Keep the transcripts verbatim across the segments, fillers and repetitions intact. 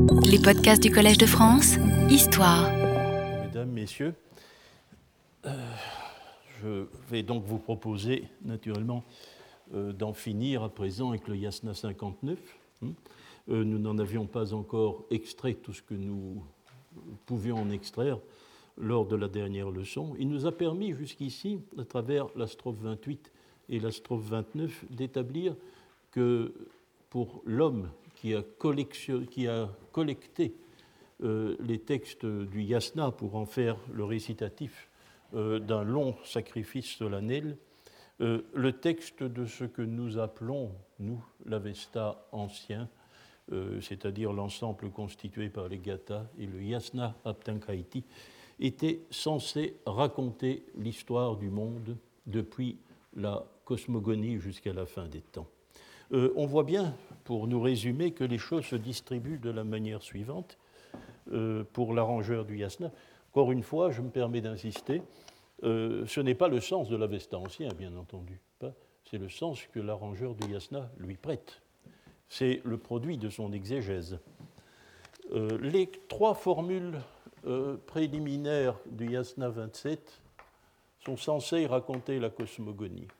Les podcasts du Collège de France, Histoire. Mesdames, Messieurs, euh, je vais donc vous proposer, naturellement, euh, d'en finir à présent avec le Yasna cinquante-neuf. Hein. Euh, nous n'en avions pas encore extrait tout ce que nous pouvions en extraire lors de la dernière leçon. Il nous a permis jusqu'ici, à travers la strophe vingt-huit et la strophe vingt-neuf, d'établir que pour l'homme qui a, qui a collecté euh, les textes du Yasna pour en faire le récitatif euh, d'un long sacrifice solennel, euh, le texte de ce que nous appelons, nous, l'Avesta ancien, euh, c'est-à-dire l'ensemble constitué par les Gathas et le Yasna Aptankaiti, était censé raconter l'histoire du monde depuis la cosmogonie jusqu'à la fin des temps. Euh, on voit bien, pour nous résumer, que les choses se distribuent de la manière suivante euh, pour l'arrangeur du Yasna. Encore une fois, je me permets d'insister, euh, ce n'est pas le sens de l'Avesta ancien, bien entendu, pas. C'est le sens que l'arrangeur du Yasna lui prête. C'est le produit de son exégèse. Euh, les trois formules euh, préliminaires du Yasna vingt-sept sont censées raconter la cosmogonie.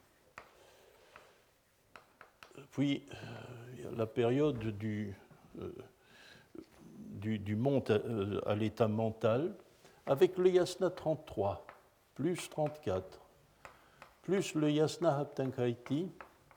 Puis, euh, la période du, euh, du, du monde à, à l'état mental, avec le Yasna trente-trois, plus trente-quatre, plus le Yasna Aptankaiti,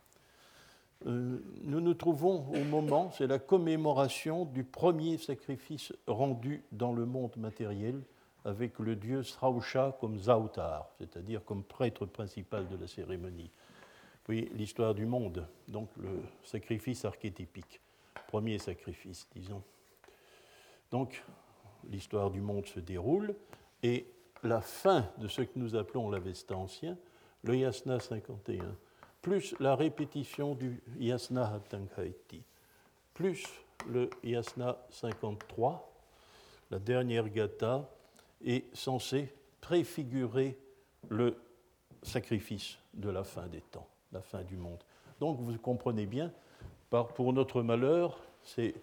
euh, nous nous trouvons au moment, c'est la commémoration du premier sacrifice rendu dans le monde matériel, avec le dieu Srausha comme Zautar, c'est-à-dire comme prêtre principal de la cérémonie. Puis l'histoire du monde, donc le sacrifice archétypique, premier sacrifice, disons. Donc l'histoire du monde se déroule et la fin de ce que nous appelons l'Avesta ancien, le Yasna cinquante et un, plus la répétition du Yasna Aptankaiti, plus le Yasna cinquante-trois, la dernière Gatha, est censée préfigurer le sacrifice de la fin des temps, la fin du monde. Donc vous comprenez bien, par, pour notre malheur, c'est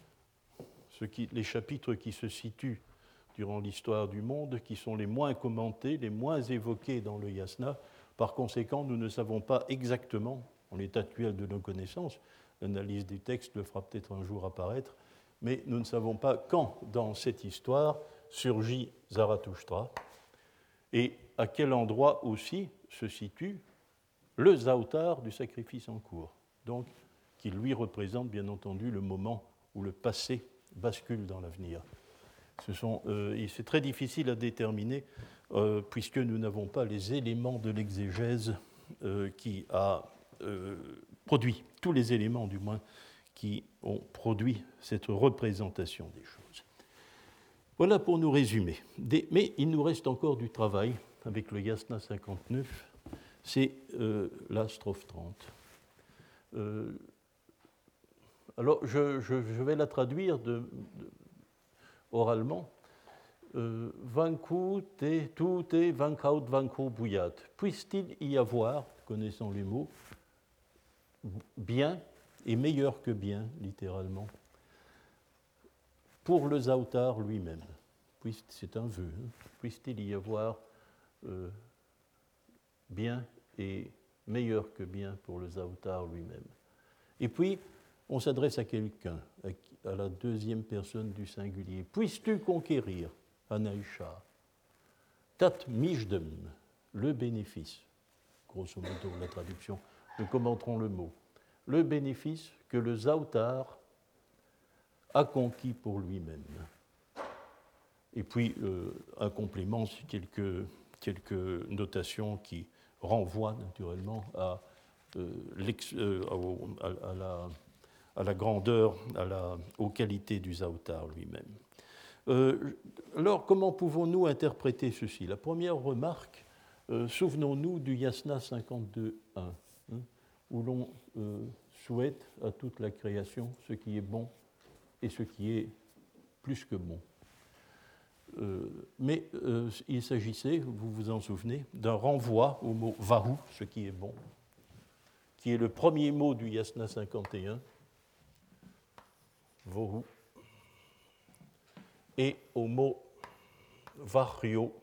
ce qui, les chapitres qui se situent durant l'histoire du monde qui sont les moins commentés, les moins évoqués dans le Yasna. Par conséquent, nous ne savons pas exactement, en l'état actuel de nos connaissances, l'analyse du texte le fera peut-être un jour apparaître, mais nous ne savons pas quand, dans cette histoire, surgit Zarathustra et à quel endroit aussi se situe le Zautar du sacrifice en cours, donc qui lui représente bien entendu le moment où le passé bascule dans l'avenir. Ce sont, euh, et c'est très difficile à déterminer euh, puisque nous n'avons pas les éléments de l'exégèse euh, qui a euh, produit, tous les éléments du moins, qui ont produit cette représentation des choses. Voilà pour nous résumer. Des, mais il nous reste encore du travail avec le Yasna cinquante-neuf, c'est euh, la strophe trente. Euh, alors, je, je, je vais la traduire de, de, oralement. Euh, Vanku te tout te vankaut vanko bouillat. Puisse-t-il y avoir, connaissant les mots, bien et meilleur que bien, littéralement, pour le Zautar lui-même. C'est un vœu. Hein. Puisse-t-il y avoir euh, bien et meilleur que bien pour le Zautar lui-même. Et puis, on s'adresse à quelqu'un, à la deuxième personne du singulier. Puisses-tu conquérir, Anaïcha, tat mijdem, le bénéfice, grosso modo la traduction, nous commenterons le mot, le bénéfice que le Zautar a conquis pour lui-même. Et puis, euh, un complément, c'est quelques, quelques notations qui renvoient naturellement à, euh, euh, à, à, la, à la grandeur, à la, aux qualités du Zautar lui-même. Euh, alors, comment pouvons-nous interpréter ceci? La première remarque, euh, souvenons-nous du Yasna cinquante-deux un, hein, où l'on euh, souhaite à toute la création ce qui est bon et ce qui est plus que bon. Euh, mais euh, il s'agissait, vous vous en souvenez, d'un renvoi au mot vahu, ce qui est bon, qui est le premier mot du Yasna cinquante et un, vohu, et au mot Vario,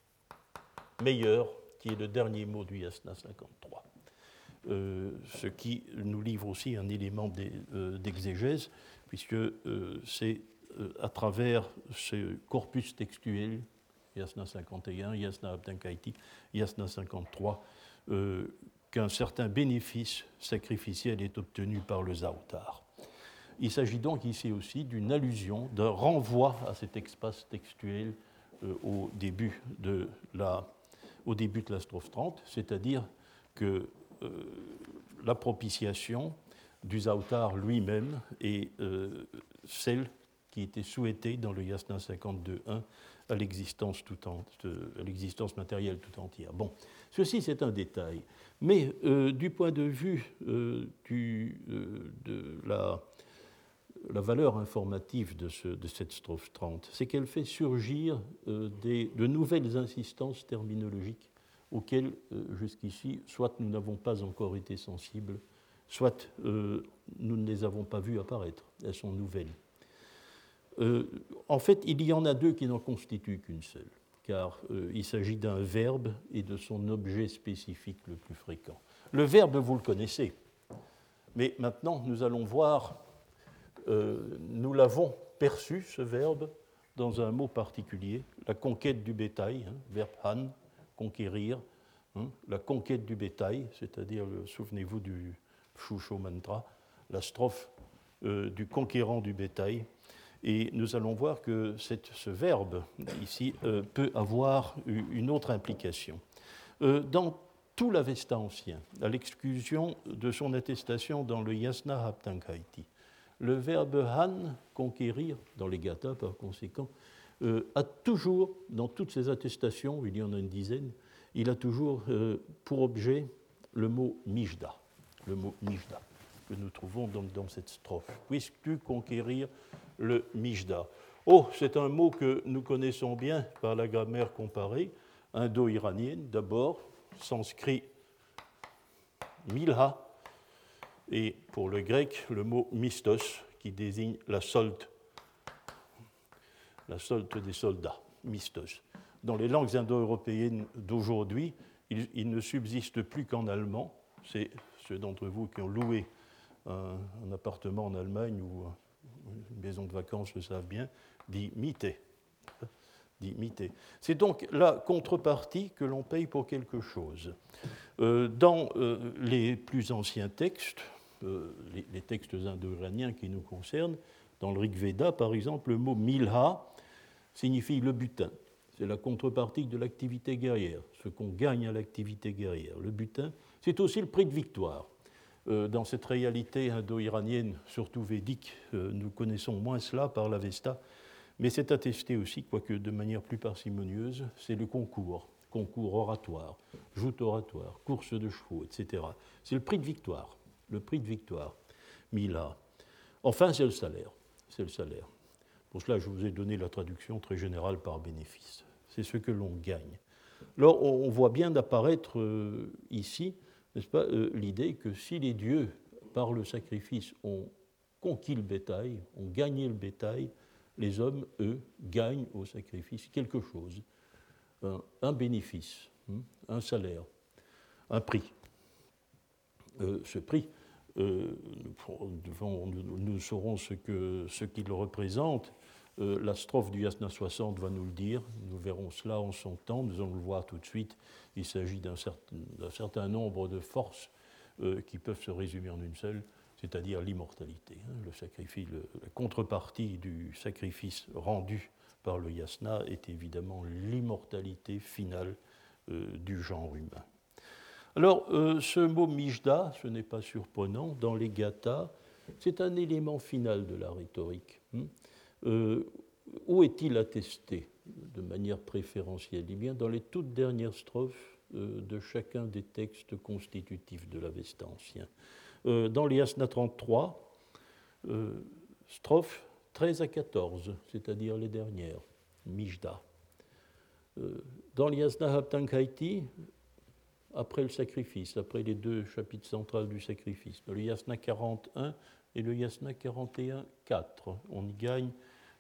meilleur, qui est le dernier mot du Yasna cinquante-trois. Euh, ce qui nous livre aussi un élément d'exégèse, puisque euh, c'est euh, à travers ce corpus textuel, Yasna cinquante et un, Yasna Abdankaiti, Yasna cinquante-trois, euh, qu'un certain bénéfice sacrificiel est obtenu par le Zaoutar. Il s'agit donc ici aussi d'une allusion, d'un renvoi à cet espace textuel euh, au, début de la, au début de la strophe trente, c'est-à-dire que euh, la propitiation du Zaoutar lui-même est euh, celle qui était souhaitée dans le Yasna cinquante-deux un à l'existence tout en, à l'existence matérielle tout entière. Bon, ceci c'est un détail, mais euh, du point de vue euh, du, euh, de la, la valeur informative de, ce, de cette strophe trente, c'est qu'elle fait surgir euh, des, de nouvelles insistances terminologiques auxquelles euh, jusqu'ici, soit nous n'avons pas encore été sensibles, soit euh, nous ne les avons pas vues apparaître, elles sont nouvelles. Euh, en fait, il y en a deux qui n'en constituent qu'une seule, car euh, il s'agit d'un verbe et de son objet spécifique le plus fréquent. Le verbe, vous le connaissez, mais maintenant, nous allons voir, euh, nous l'avons perçu, ce verbe, dans un mot particulier, la conquête du bétail, hein, verbe han, conquérir, hein, la conquête du bétail, c'est-à-dire, souvenez-vous du Shusho mantra, la strophe euh, du conquérant du bétail. Et nous allons voir que cette, ce verbe, ici, euh, peut avoir une autre implication. Euh, dans tout l'Avesta ancien, à l'exclusion de son attestation dans le Yasna Haptankaiti, le verbe han, conquérir, dans les gathas par conséquent, euh, a toujours, dans toutes ses attestations, il y en a une dizaine, il a toujours euh, pour objet le mot mijda, le mot mijda, que nous trouvons donc dans cette strophe. Puisses-tu conquérir le mijda. Oh, c'est un mot que nous connaissons bien par la grammaire comparée, indo-iranienne d'abord, sanskrit milha, et pour le grec, le mot mistos, qui désigne la solte, la solte des soldats, mistos. Dans les langues indo-européennes d'aujourd'hui, il, il ne subsiste plus qu'en allemand. C'est ceux d'entre vous qui ont loué un, un appartement en Allemagne ou une maison de vacances le savent bien, dit Miete. Dit Miete. C'est donc la contrepartie que l'on paye pour quelque chose. Euh, dans euh, les plus anciens textes, euh, les, les textes indo-iraniens qui nous concernent, dans le Rig Veda, par exemple, le mot milha signifie le butin. C'est la contrepartie de l'activité guerrière, ce qu'on gagne à l'activité guerrière. Le butin, c'est aussi le prix de victoire. Dans cette réalité indo-iranienne, surtout védique, nous connaissons moins cela par l'Avesta, mais c'est attesté aussi, quoique de manière plus parcimonieuse, c'est le concours, concours oratoire, joute oratoire, course de chevaux, et cetera. C'est le prix de victoire, le prix de victoire, Mila. Enfin, c'est le salaire, c'est le salaire. Pour cela, je vous ai donné la traduction très générale par bénéfice. C'est ce que l'on gagne. Alors, on voit bien apparaître euh, ici, n'est-ce pas, euh, l'idée que si les dieux, par le sacrifice, ont conquis le bétail, ont gagné le bétail, les hommes, eux, gagnent au sacrifice quelque chose, un, un bénéfice, un salaire, un prix. Euh, ce prix, euh, nous, nous, nous saurons ce, que, ce qu'il représente. Euh, la strophe du Yasna soixante va nous le dire, nous verrons cela en son temps, nous allons le voir tout de suite. Il s'agit d'un certain, d'un certain nombre de forces euh, qui peuvent se résumer en une seule, c'est-à-dire l'immortalité. Hein. Le sacrifice, le, la contrepartie du sacrifice rendu par le Yasna est évidemment l'immortalité finale euh, du genre humain. Alors, euh, ce mot mijda, ce n'est pas surprenant, dans les gathas, c'est un élément final de la rhétorique. Hein. Euh, où est-il attesté de manière préférentielle? Eh bien, dans les toutes dernières strophes euh, de chacun des textes constitutifs de l'Avesta ancien. Euh, dans les Yasna trente-trois, euh, strophes treize à quatorze, c'est-à-dire les dernières, Mijda. Euh, dans les Yasna Haptankaiti, après le sacrifice, après les deux chapitres centrales du sacrifice, dans le Yasna quarante et un et le Yasna quarante et un, quatre, on y gagne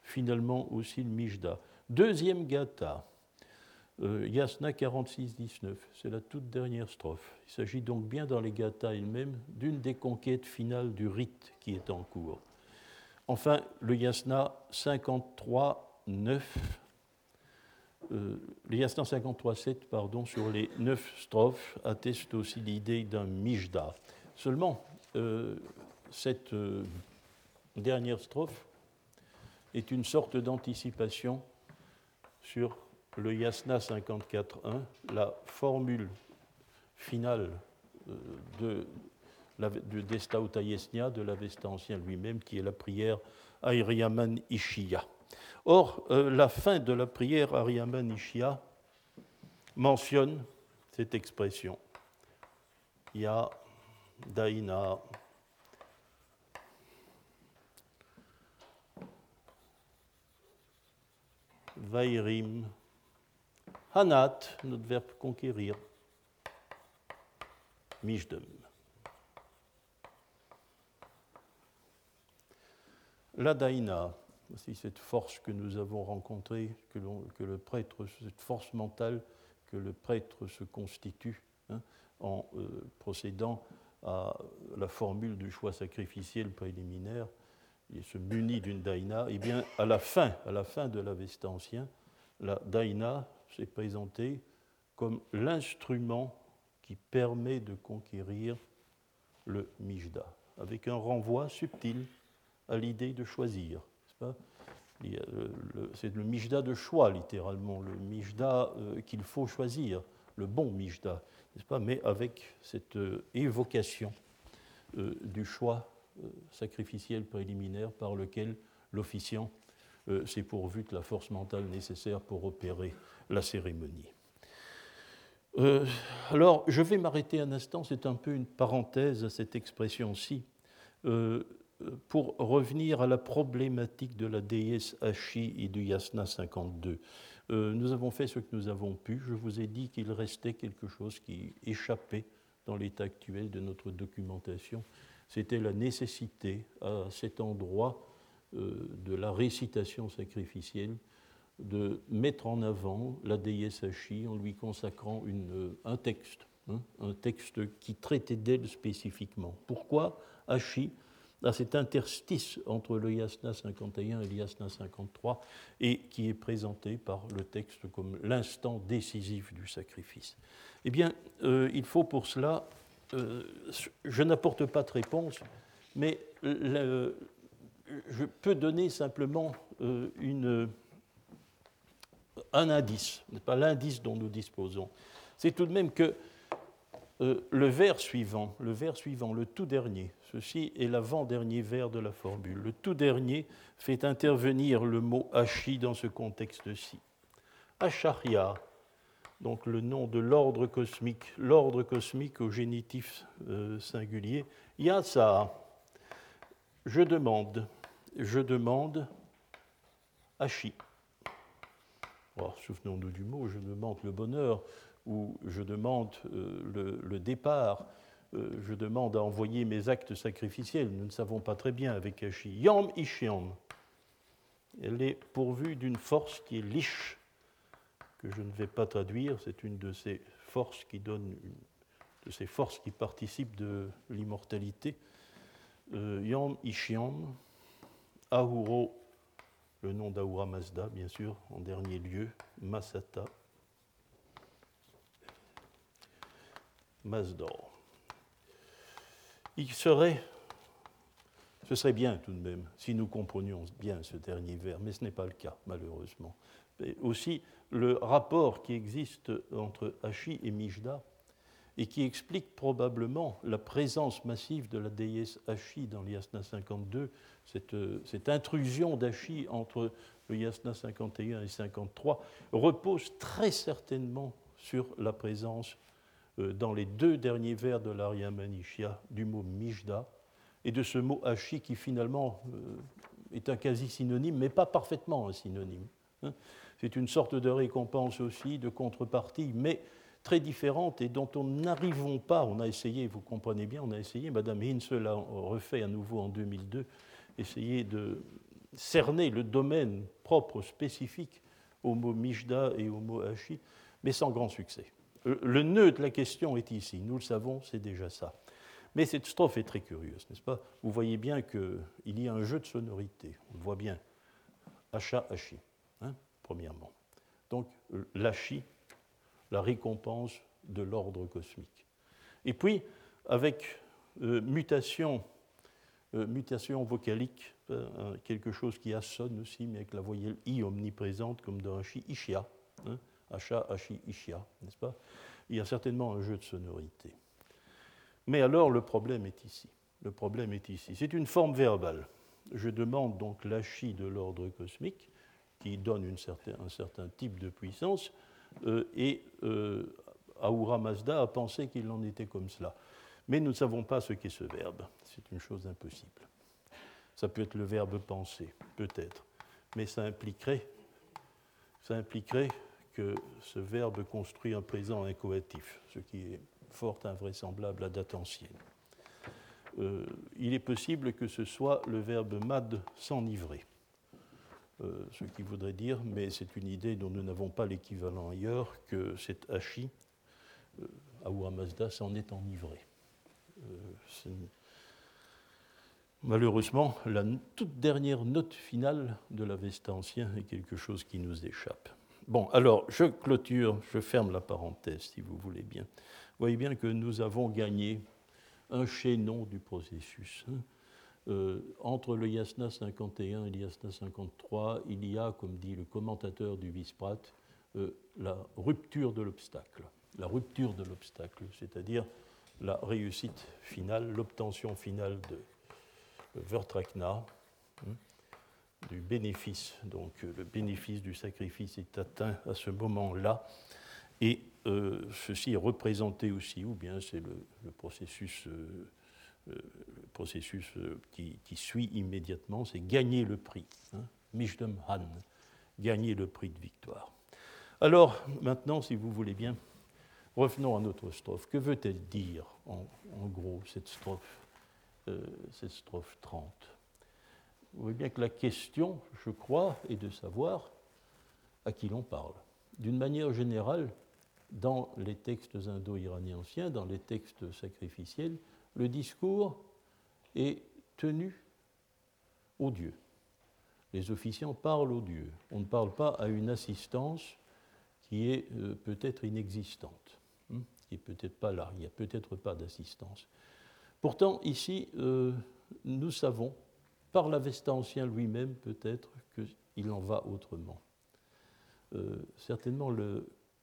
finalement aussi le Mijda. Deuxième gatha, euh, Yasna quarante-six dix-neuf, c'est la toute dernière strophe. Il s'agit donc bien dans les gathas elles-mêmes d'une des conquêtes finales du rite qui est en cours. Enfin, le Yasna cinquante-trois neuf, euh, le Yasna cinquante-trois sept, pardon, sur les neuf strophes atteste aussi l'idée d'un Mijda. Seulement, euh, cette euh, dernière strophe est une sorte d'anticipation sur le Yasna cinquante-quatre un, la formule finale de, de Destauta Yesnia, de l'Avesta ancien lui-même, qui est la prière Aryaman Ishya. Or, euh, la fin de la prière Aryaman Ishya mentionne cette expression. Ya Daina Vairim Hanat, notre verbe conquérir, Mijdem. La Daina, c'est cette force que nous avons rencontrée, que, que le prêtre, cette force mentale que le prêtre se constitue hein, en euh, procédant à la formule du choix sacrificiel préliminaire, il se munit d'une Daina, et bien à la fin, à la fin de l'Avesta ancien, la Daina s'est présentée comme l'instrument qui permet de conquérir le Mijda, avec un renvoi subtil à l'idée de choisir. Pas c'est le Mijda de choix, littéralement, le Mijda euh, qu'il faut choisir, le bon Mijda, n'est-ce pas, mais avec cette euh, évocation euh, du choix euh, sacrificiel préliminaire par lequel l'officiant euh, s'est pourvu de la force mentale nécessaire pour opérer la cérémonie. Euh, alors, je vais m'arrêter un instant, c'est un peu une parenthèse à cette expression-ci, euh, pour revenir à la problématique de la déesse Ashi et du Yasna cinquante-deux. Euh, nous avons fait ce que nous avons pu. Je vous ai dit qu'il restait quelque chose qui échappait dans l'état actuel de notre documentation. C'était la nécessité, à cet endroit euh, de la récitation sacrificielle, de mettre en avant la déesse Ashi en lui consacrant une, un texte, hein, un texte qui traitait d'elle spécifiquement. Pourquoi Ashi ? À cet interstice entre le Yasna cinquante et un et le Yasna cinquante-trois, et qui est présenté par le texte comme l'instant décisif du sacrifice. Eh bien, euh, il faut pour cela, euh, je n'apporte pas de réponse, mais le, je peux donner simplement euh, une, un indice, pas l'indice dont nous disposons. C'est tout de même que Euh, le vers suivant, le vers suivant, le tout dernier, ceci est l'avant-dernier vers de la formule. Le tout dernier fait intervenir le mot Ashi dans ce contexte-ci. Acharya, donc le nom de l'ordre cosmique, l'ordre cosmique au génitif euh, singulier. Yasa, je demande, je demande Ashi. Alors, souvenons-nous du mot, je demande le bonheur, où je demande euh, le, le départ, euh, je demande à envoyer mes actes sacrificiels. Nous ne savons pas très bien avec Ashi. Yam Ishyam. Elle est pourvue d'une force qui est lish, que je ne vais pas traduire. C'est une de ces forces qui donne, de ces forces qui participent de l'immortalité. Euh, Yam Ishyam, Ahuro, le nom d'Ahura Mazda, bien sûr, en dernier lieu, Masata. Masdor. Il serait, ce serait bien tout de même si nous comprenions bien ce dernier vers, mais ce n'est pas le cas, malheureusement. Et aussi, le rapport qui existe entre Ashi et Mijda, et qui explique probablement la présence massive de la déesse Ashi dans le Yasna cinquante-deux, cette, cette intrusion d'Ashi entre le Yasna cinquante et un et cinquante-trois, repose très certainement sur la présence dans les deux derniers vers de l'Aryaman Ishya du mot Mijda et de ce mot Ashi qui finalement est un quasi-synonyme, mais pas parfaitement un synonyme. C'est une sorte de récompense aussi, de contrepartie, mais très différente et dont on n'arrivons pas, on a essayé, vous comprenez bien, on a essayé, Madame Hinze l'a refait à nouveau en deux mille deux, essayer de, cerner le domaine propre, spécifique au mot Mijda et au mot Hachi, mais sans grand succès. Le nœud de la question est ici, nous le savons, c'est déjà ça. Mais cette strophe est très curieuse, n'est-ce pas? Vous voyez bien qu'il y a un jeu de sonorité, on le voit bien. Hacha, Hachi, hein, premièrement. Donc, l'Hachi, la récompense de l'ordre cosmique. Et puis, avec euh, mutation, euh, mutation vocalique, euh, quelque chose qui assonne aussi, mais avec la voyelle I omniprésente, comme dans Hachi, Ishia, hein, Hacha, Hachi, Ishia, n'est-ce pas? Il y a certainement un jeu de sonorité. Mais alors, le problème est ici. Le problème est ici. C'est une forme verbale. Je demande donc l'Hachi de l'ordre cosmique, qui donne une certain, un certain type de puissance, euh, et euh, Ahura Mazda a pensé qu'il en était comme cela. Mais nous ne savons pas ce qu'est ce verbe. C'est une chose impossible. Ça peut être le verbe penser, peut-être. Mais ça impliquerait, ça impliquerait que ce verbe construit un présent incoatif, ce qui est fort invraisemblable à date ancienne. Euh, il est possible que ce soit le verbe mad s'enivrer. Euh, ce qui voudrait dire, mais c'est une idée dont nous n'avons pas l'équivalent ailleurs, que cet Hachi, euh, Ahura Mazda, s'en est enivré. Euh, Malheureusement, la toute dernière note finale de l'Avesta ancien est quelque chose qui nous échappe. Bon, alors, je clôture, je ferme la parenthèse, si vous voulez bien. Vous voyez bien que nous avons gagné un chaînon du processus. Hein. Euh, entre le Yasna cinquante et un et le Yasna cinquante-trois, il y a, comme dit le commentateur du Visprat, euh, la rupture de l'obstacle. La rupture de l'obstacle, c'est-à-dire la réussite finale, l'obtention finale de Vertrakna, hein, du bénéfice. Donc le bénéfice du sacrifice est atteint à ce moment-là, et euh, ceci est représenté aussi, ou bien c'est le, le processus... Euh, le processus qui, qui suit immédiatement, c'est gagner le prix. Hein, Mishdam Han, gagner le prix de victoire. Alors, maintenant, si vous voulez bien, revenons à notre strophe. Que veut-elle dire, en, en gros, cette strophe, euh, cette strophe trente? Vous voyez bien que la question, je crois, est de savoir à qui l'on parle. D'une manière générale, dans les textes indo-iraniens anciens, dans les textes sacrificiels, le discours est tenu aux dieux. Les officiants parlent aux dieux. On ne parle pas à une assistance qui est euh, peut-être inexistante, hein, qui n'est peut-être pas là. Il n'y a peut-être pas d'assistance. Pourtant, ici, euh, nous savons, par l'Avesta ancien lui-même, peut-être, qu'il en va autrement. Euh, certainement, le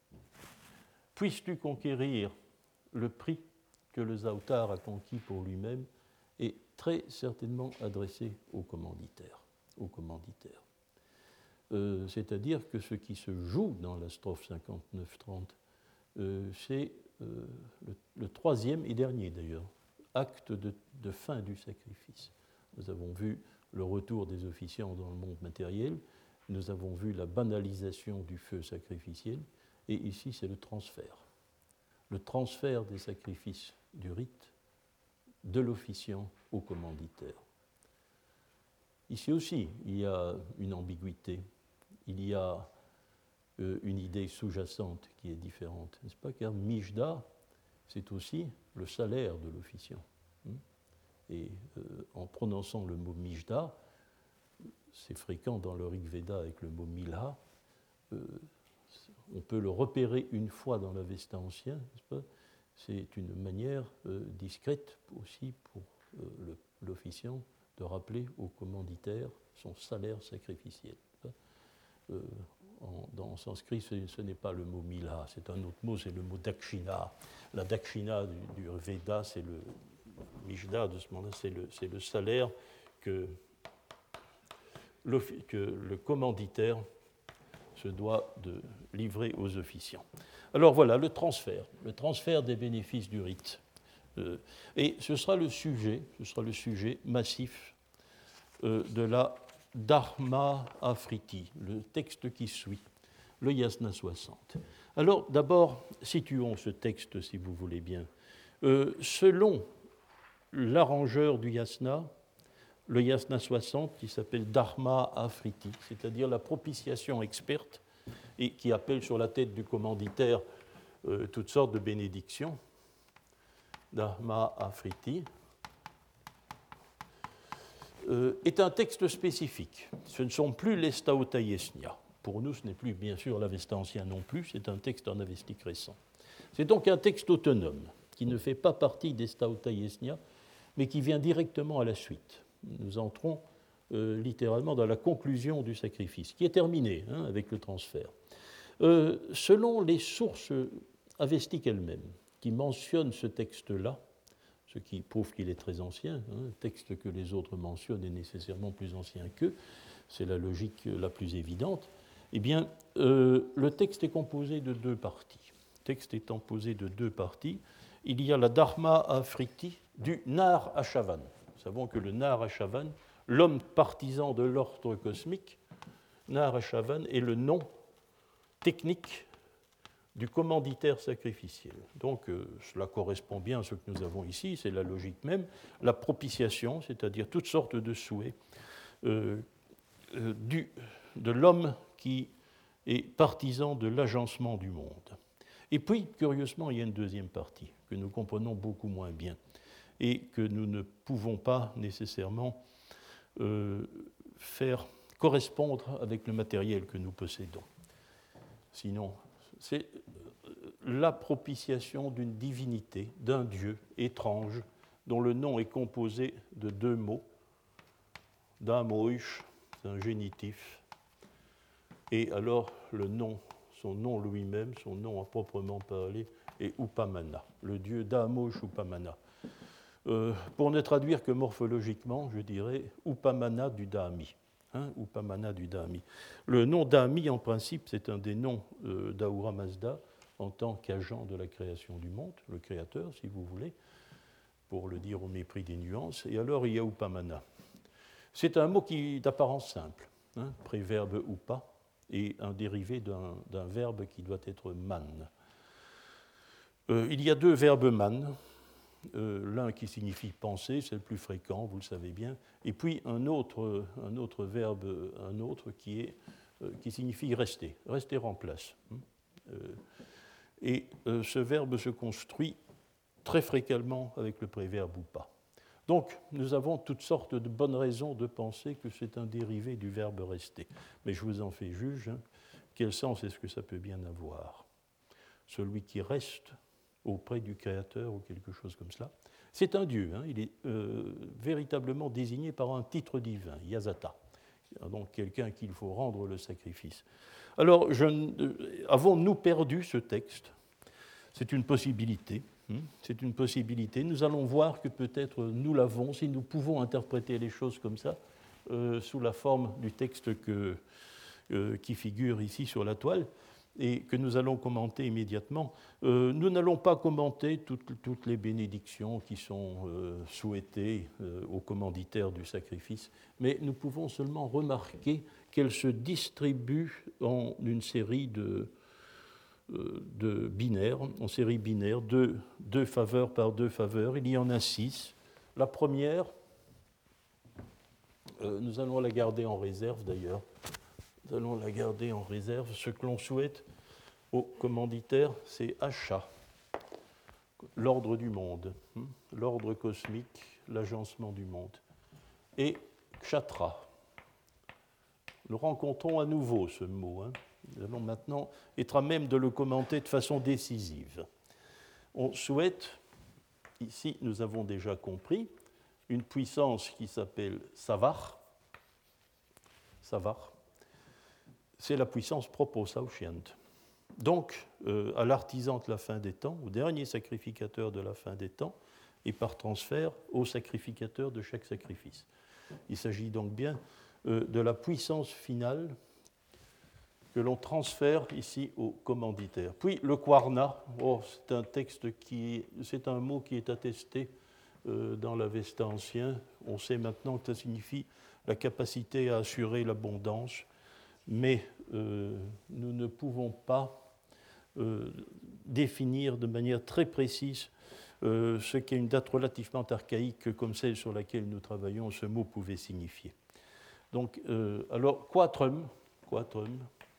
« puisses-tu conquérir le prix » que le Zautar a conquis pour lui-même est très certainement adressé aux commanditaires. Aux commanditaires. Euh, c'est-à-dire que ce qui se joue dans la strophe cinquante-neuf trente, euh, c'est euh, le, le troisième et dernier d'ailleurs, acte de, de fin du sacrifice. Nous avons vu le retour des officiants dans le monde matériel, nous avons vu la banalisation du feu sacrificiel, et ici c'est le transfert. Le transfert des sacrifices du rite de l'officiant au commanditaire. Ici aussi, il y a une ambiguïté, il y a euh, une idée sous-jacente qui est différente, n'est-ce pas? Car Mijda, c'est aussi le salaire de l'officiant. Et euh, en prononçant le mot Mijda, c'est fréquent dans le Rig Veda avec le mot Milha, euh, on peut le repérer une fois dans l'Avesta ancien, n'est-ce pas? C'est une manière euh, discrète aussi pour euh, le, l'officiant de rappeler au commanditaire son salaire sacrificiel. Euh, en, dans le sanskrit, ce, ce n'est pas le mot mila, c'est un autre mot, c'est le mot dakshina. La dakshina du, du Veda, c'est le Mijda de ce moment-là, c'est le, c'est le salaire que, que le commanditaire se doit de livrer aux officiants. Alors voilà, le transfert, le transfert des bénéfices du rite. Euh, et ce sera le sujet, ce sera le sujet massif euh, de la Dharma Afriti, le texte qui suit, le Yasna soixante. Alors d'abord, situons ce texte, si vous voulez bien. Euh, selon l'arrangeur du Yasna, le yasna soixante qui s'appelle Dharma Afriti, c'est-à-dire la propitiation experte, et qui appelle sur la tête du commanditaire euh, toutes sortes de bénédictions. Dharma Afriti euh, est un texte spécifique. Ce ne sont plus les Stauta Yesnia. Pour nous, ce n'est plus bien sûr l'Avesta ancien non plus, c'est un texte en avestique récent. C'est donc un texte autonome qui ne fait pas partie des Stauta Yesnia, mais qui vient directement à la suite. Nous entrons euh, littéralement dans la conclusion du sacrifice, qui est terminée hein, avec le transfert. Euh, selon les sources avestiques elles-mêmes, qui mentionnent ce texte-là, ce qui prouve qu'il est très ancien, hein, un texte que les autres mentionnent est nécessairement plus ancien qu'eux, c'est la logique la plus évidente, eh bien, euh, le texte est composé de deux parties. Le texte étant composé de deux parties, il y a la Dharma Afriti du Nar Ashavan. Nous savons que le Nar Ashavan, l'homme partisan de l'ordre cosmique, Nar Ashavan est le nom technique du commanditaire sacrificiel. Donc, euh, cela correspond bien à ce que nous avons ici, c'est la logique même, la propitiation, c'est-à-dire toutes sortes de souhaits euh, euh, du, de l'homme qui est partisan de l'agencement du monde. Et puis, curieusement, il y a une deuxième partie que nous comprenons beaucoup moins bien et que nous ne pouvons pas nécessairement euh, faire correspondre avec le matériel que nous possédons. Sinon, c'est la propitiation d'une divinité, d'un dieu étrange, dont le nom est composé de deux mots, Damoish, c'est un génitif, et alors le nom, son nom lui-même, son nom à proprement parler, est Upamana, le dieu Damoish Upamana. Euh, pour ne traduire que morphologiquement, je dirais Upamana du Dahami. Hein, Upamana du Dahami. Le nom Dahami, en principe, c'est un des noms euh, d'Ahura Mazda en tant qu'agent de la création du monde, le créateur, si vous voulez, pour le dire au mépris des nuances. Et alors, il y a Upamana. C'est un mot qui d'apparence simple, hein, préverbe upa, et un dérivé d'un, d'un verbe qui doit être man. Euh, il y a deux verbes man, euh, l'un qui signifie penser, c'est le plus fréquent, vous le savez bien, et puis un autre, un autre verbe, un autre qui, est, euh, qui signifie rester, rester en place. Euh, et euh, ce verbe se construit très fréquemment avec le préverbe upa. Donc, nous avons toutes sortes de bonnes raisons de penser que c'est un dérivé du verbe rester. Mais je vous en fais juge, hein, quel sens est-ce que ça peut bien avoir? Celui qui reste auprès du Créateur ou quelque chose comme cela. C'est un dieu, hein, il est euh, véritablement désigné par un titre divin, Yasata, donc quelqu'un qu'il faut rendre le sacrifice. Alors, je, euh, avons-nous perdu ce texte? C'est une possibilité. C'est une possibilité. Nous allons voir que peut-être nous l'avons, si nous pouvons interpréter les choses comme ça, euh, sous la forme du texte que, euh, qui figure ici sur la toile et que nous allons commenter immédiatement. Euh, nous n'allons pas commenter toutes, toutes les bénédictions qui sont euh, souhaitées euh, aux commanditaires du sacrifice, mais nous pouvons seulement remarquer qu'elles se distribuent en une série de de binaires, en série binaire, deux, deux faveurs par deux faveurs. Il y en a six. La première, euh, nous allons la garder en réserve d'ailleurs. Nous allons la garder en réserve. Ce que l'on souhaite au commanditaire, c'est Asha, l'ordre du monde, hein, l'ordre cosmique, l'agencement du monde. Et Kshatra. Nous rencontrons à nouveau ce mot, hein. Nous allons maintenant être à même de le commenter de façon décisive. On souhaite, ici nous avons déjà compris, une puissance qui s'appelle Savar. Savar, c'est la puissance propre au Saoshyant. Donc, euh, à l'artisan de la fin des temps, au dernier sacrificateur de la fin des temps, et par transfert au sacrificateur de chaque sacrifice. Il s'agit donc bien euh, de la puissance finale que l'on transfère ici au commanditaire. Puis le Kwarna, oh, c'est un texte qui, c'est un mot qui est attesté euh, dans l'Avesta ancien. On sait maintenant que ça signifie la capacité à assurer l'abondance, mais euh, nous ne pouvons pas euh, définir de manière très précise euh, ce qui est une date relativement archaïque comme celle sur laquelle nous travaillons, ce mot pouvait signifier. Donc, euh, alors, quatrum, quatrum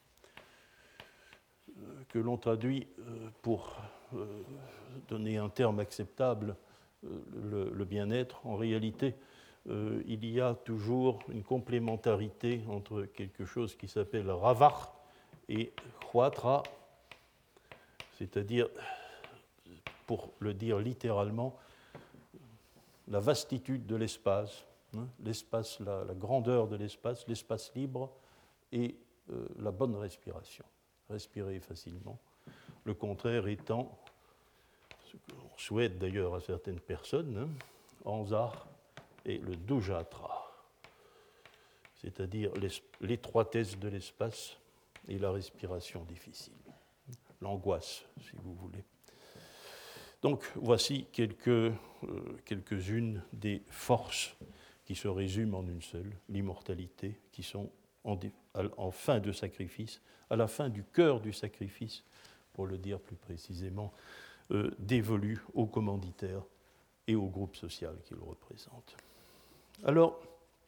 euh, que l'on traduit euh, pour euh, donner un terme acceptable, euh, le, le bien-être, en réalité, euh, il y a toujours une complémentarité entre quelque chose qui s'appelle ravar et quatra, c'est-à-dire, pour le dire littéralement, la vastitude de l'espace, hein, l'espace, la, la grandeur de l'espace, l'espace libre et euh, la bonne respiration, respirer facilement. Le contraire étant, ce qu'on souhaite d'ailleurs à certaines personnes, hein, Ansar et le dujatra, c'est-à-dire l'étroitesse de l'espace et la respiration difficile, l'angoisse, si vous voulez. Donc, voici quelques, euh, quelques-unes des forces qui se résument en une seule, l'immortalité, qui sont en, en fin de sacrifice, à la fin du cœur du sacrifice, pour le dire plus précisément, euh, dévolues au commanditaire et au groupe social qu'il représente. Alors,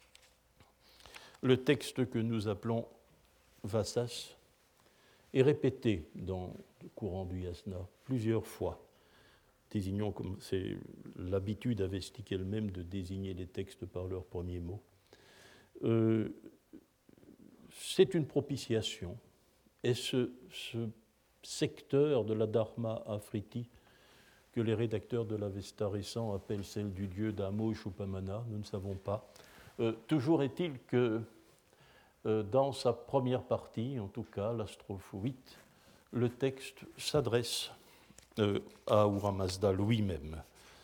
le texte que nous appelons Vassas est répété dans le courant du Yasna plusieurs fois. Désignons comme c'est l'habitude avestique elle-même de désigner les textes par leurs premiers mots. Euh, c'est une propitiation, et ce, ce secteur de la Dharma Afriti que les rédacteurs de l'Avesta récent appellent celle du dieu Damo Shupamana, nous ne savons pas. Euh, toujours est-il que euh, dans sa première partie, en tout cas la strophe huit, le texte s'adresse Euh, à Ahura Mazda lui-même.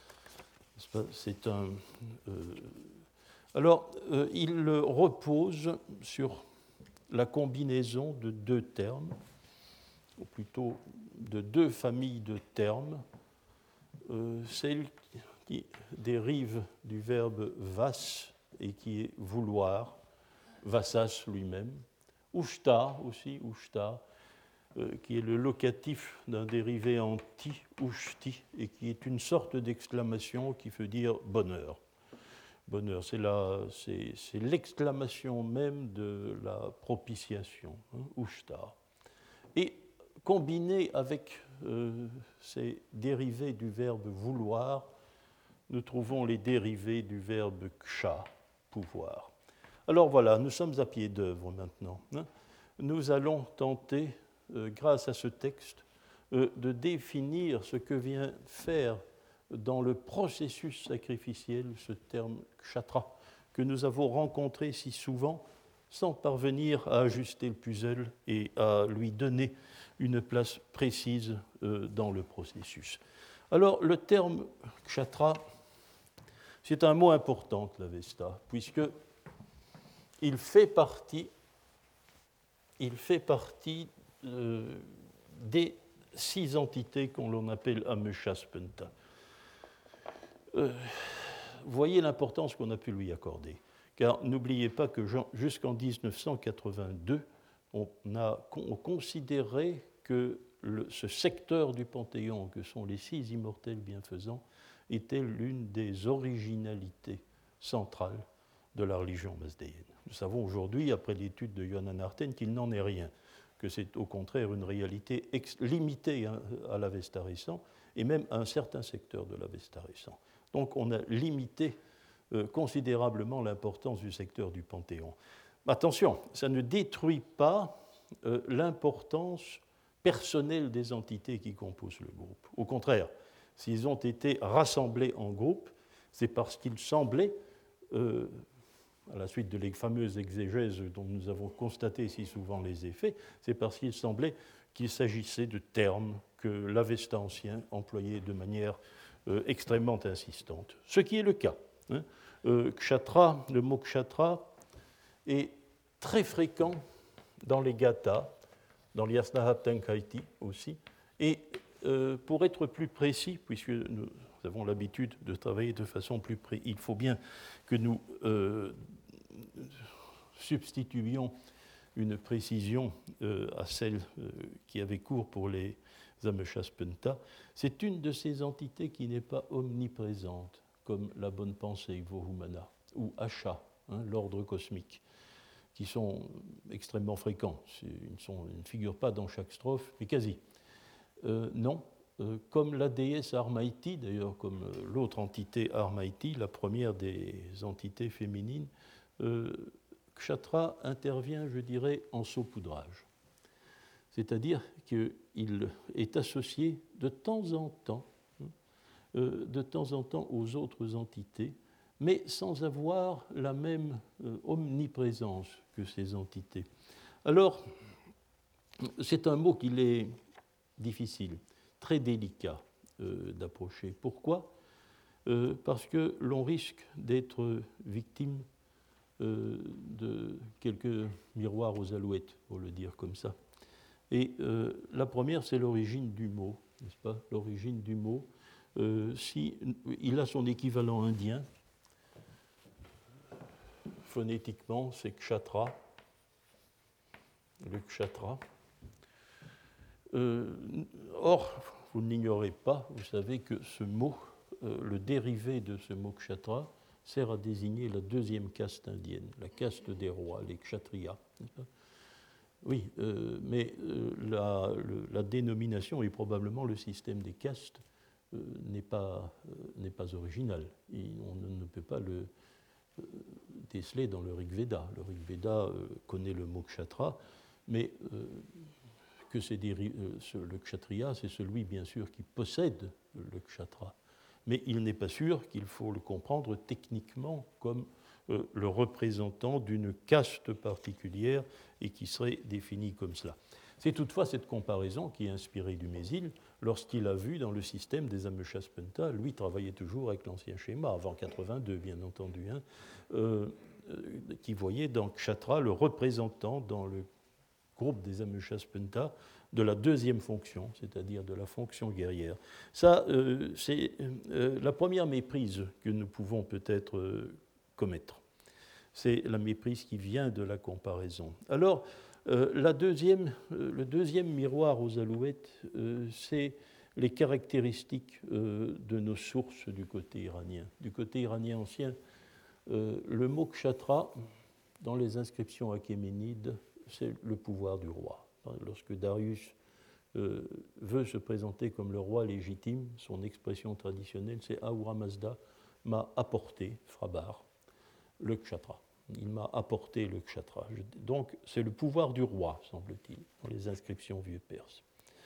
C'est un. Euh, alors, euh, il repose sur la combinaison de deux termes, ou plutôt de deux familles de termes, euh, celle qui dérive du verbe vas et qui est vouloir, vassas lui-même, ushta aussi, ushta, Euh, qui est le locatif d'un dérivé en ti, ushti, et qui est une sorte d'exclamation qui veut dire bonheur. Bonheur, c'est, la, c'est, c'est l'exclamation même de la propitiation, hein, ushta. Et combiné avec euh, ces dérivés du verbe vouloir, nous trouvons les dérivés du verbe ksha, pouvoir. Alors voilà, nous sommes à pied d'œuvre maintenant. Hein. Nous allons tenter, Euh, grâce à ce texte, euh, de définir ce que vient faire dans le processus sacrificiel ce terme kshatra, que nous avons rencontré si souvent sans parvenir à ajuster le puzzle et à lui donner une place précise euh, dans le processus. Alors, le terme kshatra, c'est un mot important de l'Avesta, puisqu'il fait partie, il fait partie Euh, des six entités qu'on l'on appelle Amushaspenta. Euh, voyez l'importance qu'on a pu lui accorder. Car n'oubliez pas que jusqu'en dix-neuf cent quatre-vingt-deux, on a on considérait que le, ce secteur du Panthéon, que sont les six immortels bienfaisants, était l'une des originalités centrales de la religion mazdéenne. Nous savons aujourd'hui, après l'étude de Yohanan Arten, qu'il n'en est rien, que c'est au contraire une réalité ex- limitée à l'Avesta récent et même à un certain secteur de l'Avesta récent. Donc on a limité euh, considérablement l'importance du secteur du Panthéon. Attention, ça ne détruit pas euh, l'importance personnelle des entités qui composent le groupe. Au contraire, s'ils ont été rassemblés en groupe, c'est parce qu'il semblait, euh, à la suite de les fameuses exégèses dont nous avons constaté si souvent les effets, c'est parce qu'il semblait qu'il s'agissait de termes que l'Avesta ancien employait de manière euh, extrêmement insistante. Ce qui est le cas. Hein. Euh, kshatra, le mot kshatra est très fréquent dans les gathas, dans l'Yasnahaptankaiti aussi, et euh, pour être plus précis, puisque nous avons l'habitude de travailler de façon plus précise, il faut bien que nous euh, substituions une précision euh, à celle euh, qui avait cours pour les Ameshaspenta. C'est une de ces entités qui n'est pas omniprésente, comme la bonne pensée, Vohumana, ou Asha, hein, l'ordre cosmique, qui sont extrêmement fréquents. Ils ne, sont, ils ne figurent pas dans chaque strophe, mais quasi. Euh, non, euh, comme la déesse Armaïti, d'ailleurs comme euh, l'autre entité Armaïti, la première des entités féminines, euh, Kshatra intervient, je dirais, en saupoudrage. C'est-à-dire qu'il est associé de temps en temps, euh, de temps en temps aux autres entités, mais sans avoir la même euh, omniprésence que ces entités. Alors, c'est un mot qu'il est difficile, très délicat euh, d'approcher. Pourquoi ? euh, Parce que l'on risque d'être victime euh, de quelques miroirs aux alouettes, pour le dire comme ça. Et euh, la première, c'est l'origine du mot, n'est-ce pas ? L'origine du mot, euh, si, il a son équivalent indien. Phonétiquement, c'est kshatra, le kshatra. Euh, or, vous ne l'ignorez pas, vous savez que ce mot, euh, le dérivé de ce mot kshatra, sert à désigner la deuxième caste indienne, la caste des rois, les kshatriyas. Oui, euh, mais euh, la, le, la dénomination et probablement le système des castes euh, n'est pas, euh, n'est pas original. Et on ne, ne peut pas le euh, déceler dans le Rig Veda. Le Rig Veda euh, connaît le mot kshatra, mais euh, que c'est des, euh, le kshatriya, c'est celui bien sûr qui possède le kshatra. Mais il n'est pas sûr qu'il faut le comprendre techniquement comme euh, le représentant d'une caste particulière et qui serait définie comme cela. C'est toutefois cette comparaison qui est inspirée du Mésil lorsqu'il a vu dans le système des Ameshaspenta, lui travaillait toujours avec l'ancien schéma, avant quatre-vingt-deux bien entendu, hein, euh, euh, qui voyait dans Kshatra le représentant dans le groupe des Ameshaspenta de la deuxième fonction, c'est-à-dire de la fonction guerrière. Ça, euh, c'est euh, la première méprise que nous pouvons peut-être euh, commettre. C'est la méprise qui vient de la comparaison. Alors, euh, la deuxième, euh, le deuxième miroir aux alouettes, euh, c'est les caractéristiques euh, de nos sources du côté iranien. Du côté iranien ancien, euh, le mot kshatra, dans les inscriptions achéménides, c'est le pouvoir du roi. Lorsque Darius euh, veut se présenter comme le roi légitime, son expression traditionnelle, c'est Ahura Mazda m'a apporté, Frabar, le kshatra. Il m'a apporté le kshatra. Donc, c'est le pouvoir du roi, semble-t-il, dans les inscriptions vieux perses.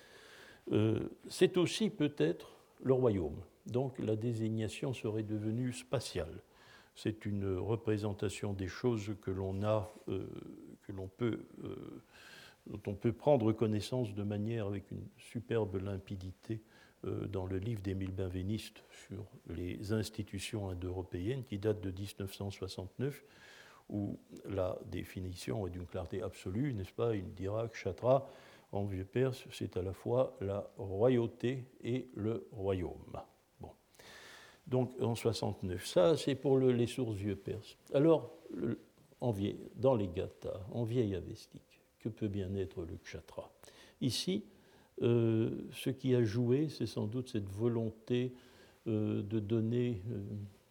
Euh, c'est aussi peut-être le royaume. Donc, la désignation serait devenue spatiale. C'est une représentation des choses que l'on a, euh, que l'on peut, euh, dont on peut prendre connaissance de manière avec une superbe limpidité euh, dans le livre d'Émile Benveniste sur les institutions indo-européennes qui date de dix-neuf cent soixante-neuf, où la définition est d'une clarté absolue, n'est-ce pas ? Il dira que Kshatra, en vieux perse, c'est à la fois la royauté et le royaume. Bon. Donc en soixante-neuf, ça c'est pour le, les sources vieux perses. Alors, le, en vieil, dans les Gathas, en vieil avestique, que peut bien être le Kshatra ? Ici, euh, ce qui a joué, c'est sans doute cette volonté euh, de donner euh,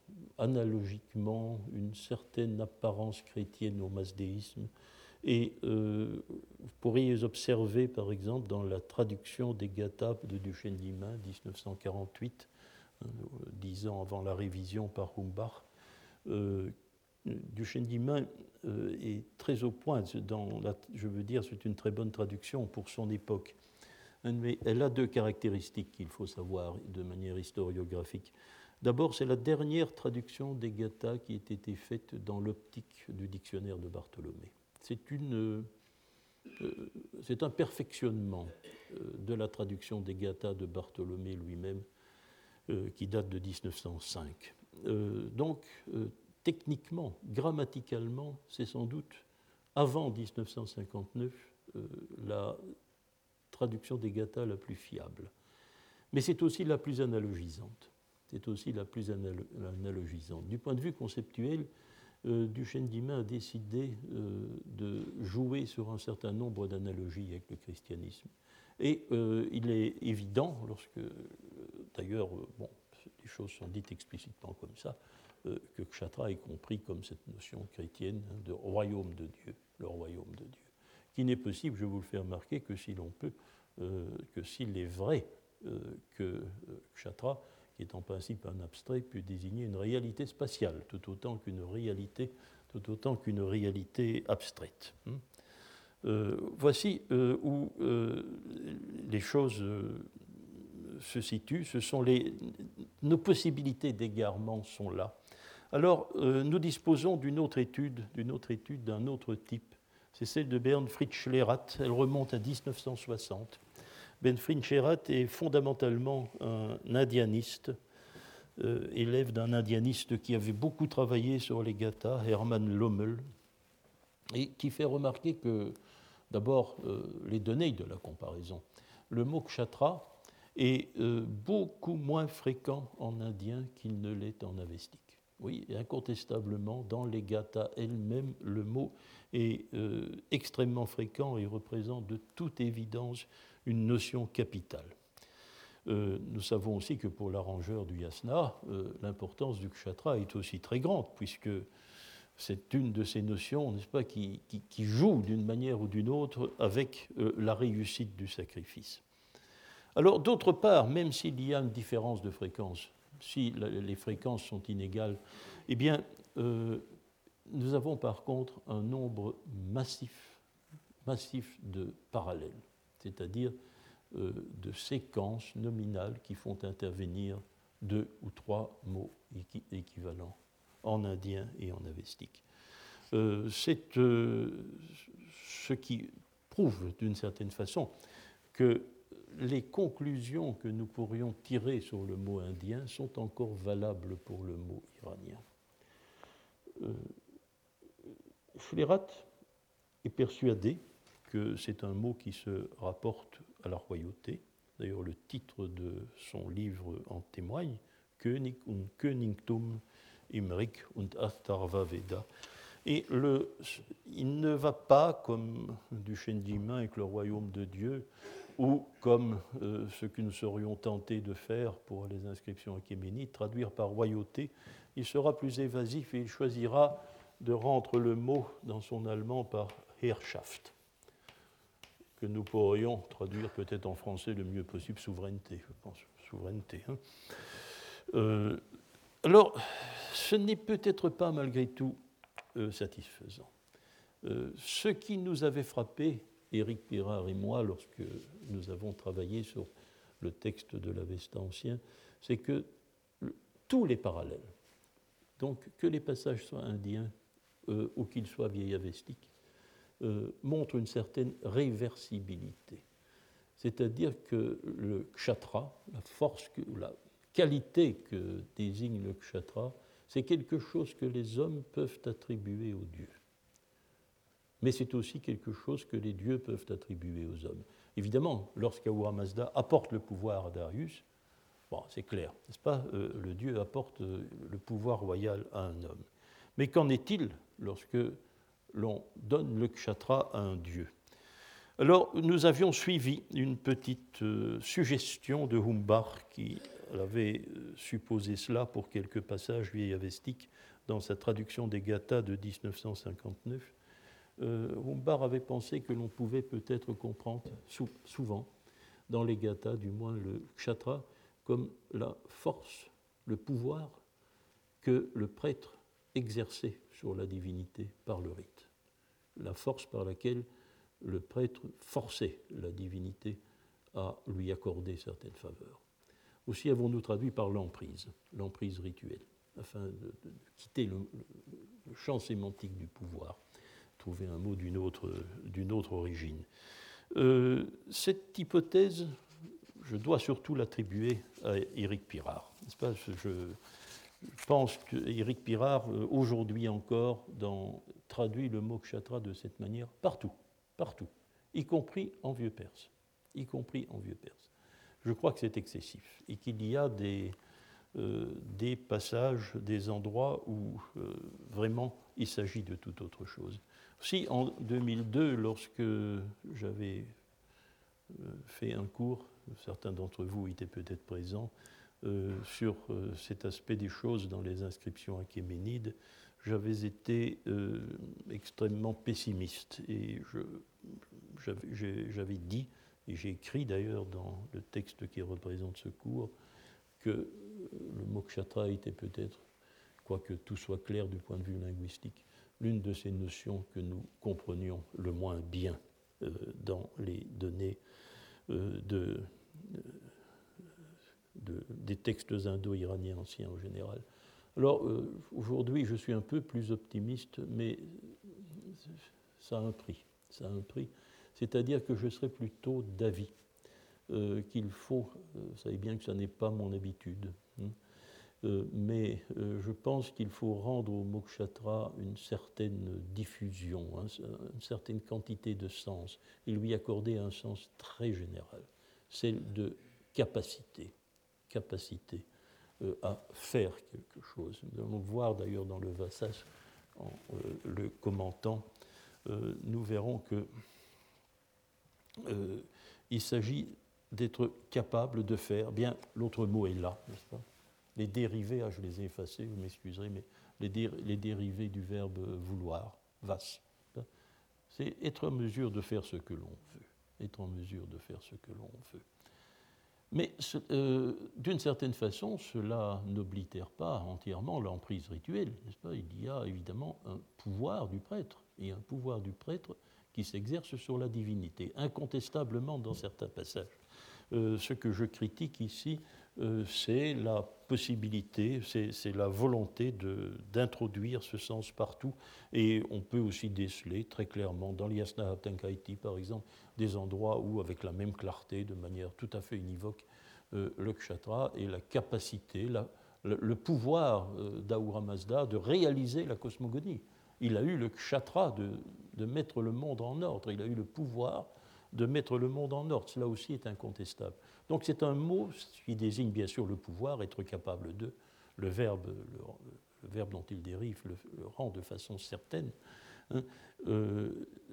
analogiquement une certaine apparence chrétienne au masdéisme. Et euh, vous pourriez observer, par exemple, dans la traduction des Gathas de Duchesne d'Imain, dix-neuf cent quarante-huit, hein, dix ans avant la révision par Humbach, euh, Duchesne d'Imain euh, est très au point. Dans la, je veux dire, c'est une très bonne traduction pour son époque. Mais elle a deux caractéristiques qu'il faut savoir de manière historiographique. D'abord, c'est la dernière traduction des Gathas qui ait été faite dans l'optique du dictionnaire de Bartholomé. C'est, une, euh, c'est un perfectionnement euh, de la traduction des Gathas de Bartholomé lui-même, euh, qui date de dix-neuf cent cinq. Euh, donc, euh, techniquement, grammaticalement, c'est sans doute avant dix-neuf cent cinquante-neuf euh, la traduction des Gathas la plus fiable. Mais c'est aussi la plus analogisante. C'est aussi la plus analogisante. Du point de vue conceptuel, euh, Duchesne d'Imain a décidé euh, de jouer sur un certain nombre d'analogies avec le christianisme. Et euh, il est évident, lorsque, euh, d'ailleurs, euh, bon, les choses sont dites explicitement comme ça, euh, que Kshatra est compris comme cette notion chrétienne hein, de royaume de Dieu, le royaume de Dieu, qui n'est possible, je vous le fais remarquer, que si l'on peut, euh, que s'il est vrai euh, que euh, Kshatra, qui est en principe un abstrait, peut désigner une réalité spatiale, tout autant qu'une réalité, tout autant qu'une réalité abstraite. Euh, voici euh, où euh, les choses euh, se situent. Ce sont les, nos possibilités d'égarement sont là. Alors, euh, nous disposons d'une autre étude, d'une autre étude d'un autre type. C'est celle de Bernfried Schlerath. Elle remonte à dix-neuf cent soixante. Bernfried Schlerath est fondamentalement un indianiste, euh, élève d'un indianiste qui avait beaucoup travaillé sur les gathas, Hermann Lommel, et qui fait remarquer que, d'abord, euh, les données de la comparaison. Le mot kshatra est euh, beaucoup moins fréquent en indien qu'il ne l'est en avestique. Oui, incontestablement, dans les gathas elles-mêmes, le mot est euh, extrêmement fréquent et représente de toute évidence une notion capitale. Euh, nous savons aussi que pour l'arrangeur du yasna, euh, l'importance du kshatra est aussi très grande, puisque c'est une de ces notions, n'est-ce pas, qui, qui, qui joue d'une manière ou d'une autre avec euh, la réussite du sacrifice. Alors, d'autre part, même s'il y a une différence de fréquence, si la, les fréquences sont inégales, eh bien, euh, nous avons par contre un nombre massif, massif de parallèles, c'est-à-dire euh, de séquences nominales qui font intervenir deux ou trois mots équi- équivalents en indien et en avestique. Euh, c'est euh, ce qui prouve d'une certaine façon que les conclusions que nous pourrions tirer sur le mot indien sont encore valables pour le mot iranien. Euh, Schlerath est persuadé que c'est un mot qui se rapporte à la royauté. D'ailleurs, le titre de son livre en témoigne, König und Königtum im Rig und Atharva Veda. Et le, il ne va pas, comme Duchesne d'Imain avec le royaume de Dieu, ou comme euh, ce que nous serions tentés de faire pour les inscriptions achéménides, traduire par royauté. Il sera plus évasif et il choisira de rendre le mot dans son allemand par Herrschaft, que nous pourrions traduire peut-être en français le mieux possible, souveraineté, je pense, souveraineté. Hein. Euh, alors, ce n'est peut-être pas malgré tout euh, satisfaisant. Euh, ce qui nous avait frappé, Éric Pirard et moi, lorsque nous avons travaillé sur le texte de l'Avesta ancien, c'est que le, tous les parallèles, donc que les passages soient indiens euh, ou qu'ils soient vieil avestiques, euh, montrent une certaine réversibilité. C'est-à-dire que le kshatra, la force, que, la qualité que désigne le kshatra, c'est quelque chose que les hommes peuvent attribuer aux dieux. Mais c'est aussi quelque chose que les dieux peuvent attribuer aux hommes. Évidemment, lorsqu'Ahura Mazda apporte le pouvoir à Darius, bon, c'est clair, n'est-ce pas, euh, le dieu apporte euh, le pouvoir royal à un homme. Mais qu'en est-il lorsque l'on donne le kshatra à un dieu? Alors, nous avions suivi une petite euh, suggestion de Humbar qui avait euh, supposé cela pour quelques passages vieillavestiques dans sa traduction des Gathas de dix-neuf cent cinquante-neuf. Euh, Humbar avait pensé que l'on pouvait peut-être comprendre sou- souvent dans les Gathas, du moins le kshatra, comme la force, le pouvoir que le prêtre exerçait sur la divinité par le rite. La force par laquelle le prêtre forçait la divinité à lui accorder certaines faveurs. Aussi avons-nous traduit par l'emprise, l'emprise rituelle, afin de, de, de quitter le, le, le champ sémantique du pouvoir, trouver un mot d'une autre, d'une autre origine. Euh, cette hypothèse, je dois surtout l'attribuer à Éric Pirard. N'est-ce pas ? Je, je pense qu'Éric Pirard, aujourd'hui encore, dans, traduit le mot kshatra de cette manière partout. Partout, y compris en vieux perse, y compris en vieux perse. Je crois que c'est excessif et qu'il y a des, euh, des passages, des endroits où euh, vraiment il s'agit de toute autre chose. Si en deux mille deux, lorsque j'avais fait un cours, certains d'entre vous étaient peut-être présents, euh, sur euh, cet aspect des choses dans les inscriptions achéménides, j'avais été euh, extrêmement pessimiste et je, j'avais, j'avais dit, et j'ai écrit d'ailleurs dans le texte qui représente ce cours, que le mot kshatra était peut-être, quoique tout soit clair du point de vue linguistique, l'une de ces notions que nous comprenions le moins bien euh, dans les données euh, de, de, des textes indo-iraniens anciens en général. Alors, euh, aujourd'hui, je suis un peu plus optimiste, mais ça a un prix. Ça a un prix. C'est-à-dire que je serais plutôt d'avis euh, qu'il faut, euh, vous savez bien que ça n'est pas mon habitude, hein, euh, mais euh, je pense qu'il faut rendre au mot kshatra une certaine diffusion, hein, une certaine quantité de sens, et lui accorder un sens très général, celle de capacité, capacité. Euh, à faire quelque chose. Nous allons voir d'ailleurs dans le Vassas, en euh, le commentant, euh, nous verrons que euh, il s'agit d'être capable de faire, bien l'autre mot est là, n'est-ce pas? Les dérivés, ah, je les ai effacés, vous m'excuserez, mais les, dé, les dérivés du verbe vouloir, vas, c'est être en mesure de faire ce que l'on veut, être en mesure de faire ce que l'on veut. Mais euh, d'une certaine façon, cela n'oblitère pas entièrement l'emprise rituelle, n'est-ce pas? Il y a évidemment un pouvoir du prêtre, et un pouvoir du prêtre qui s'exerce sur la divinité, incontestablement dans certains passages. Euh, ce que je critique ici, euh, c'est la possibilité, c'est, c'est la volonté de, d'introduire ce sens partout, et on peut aussi déceler très clairement dans l'Yasnahabtankaiti, par exemple, des endroits où, avec la même clarté, de manière tout à fait univoque, euh, le kshatra et la capacité, la, le, le pouvoir euh, d'Ahura Mazda de réaliser la cosmogonie. Il a eu le kshatra de, de mettre le monde en ordre, il a eu le pouvoir de mettre le monde en ordre. Cela aussi est incontestable. Donc c'est un mot qui désigne bien sûr le pouvoir, être capable de, le verbe, le, le verbe dont il dérive le, le rend de façon certaine. Hein, euh,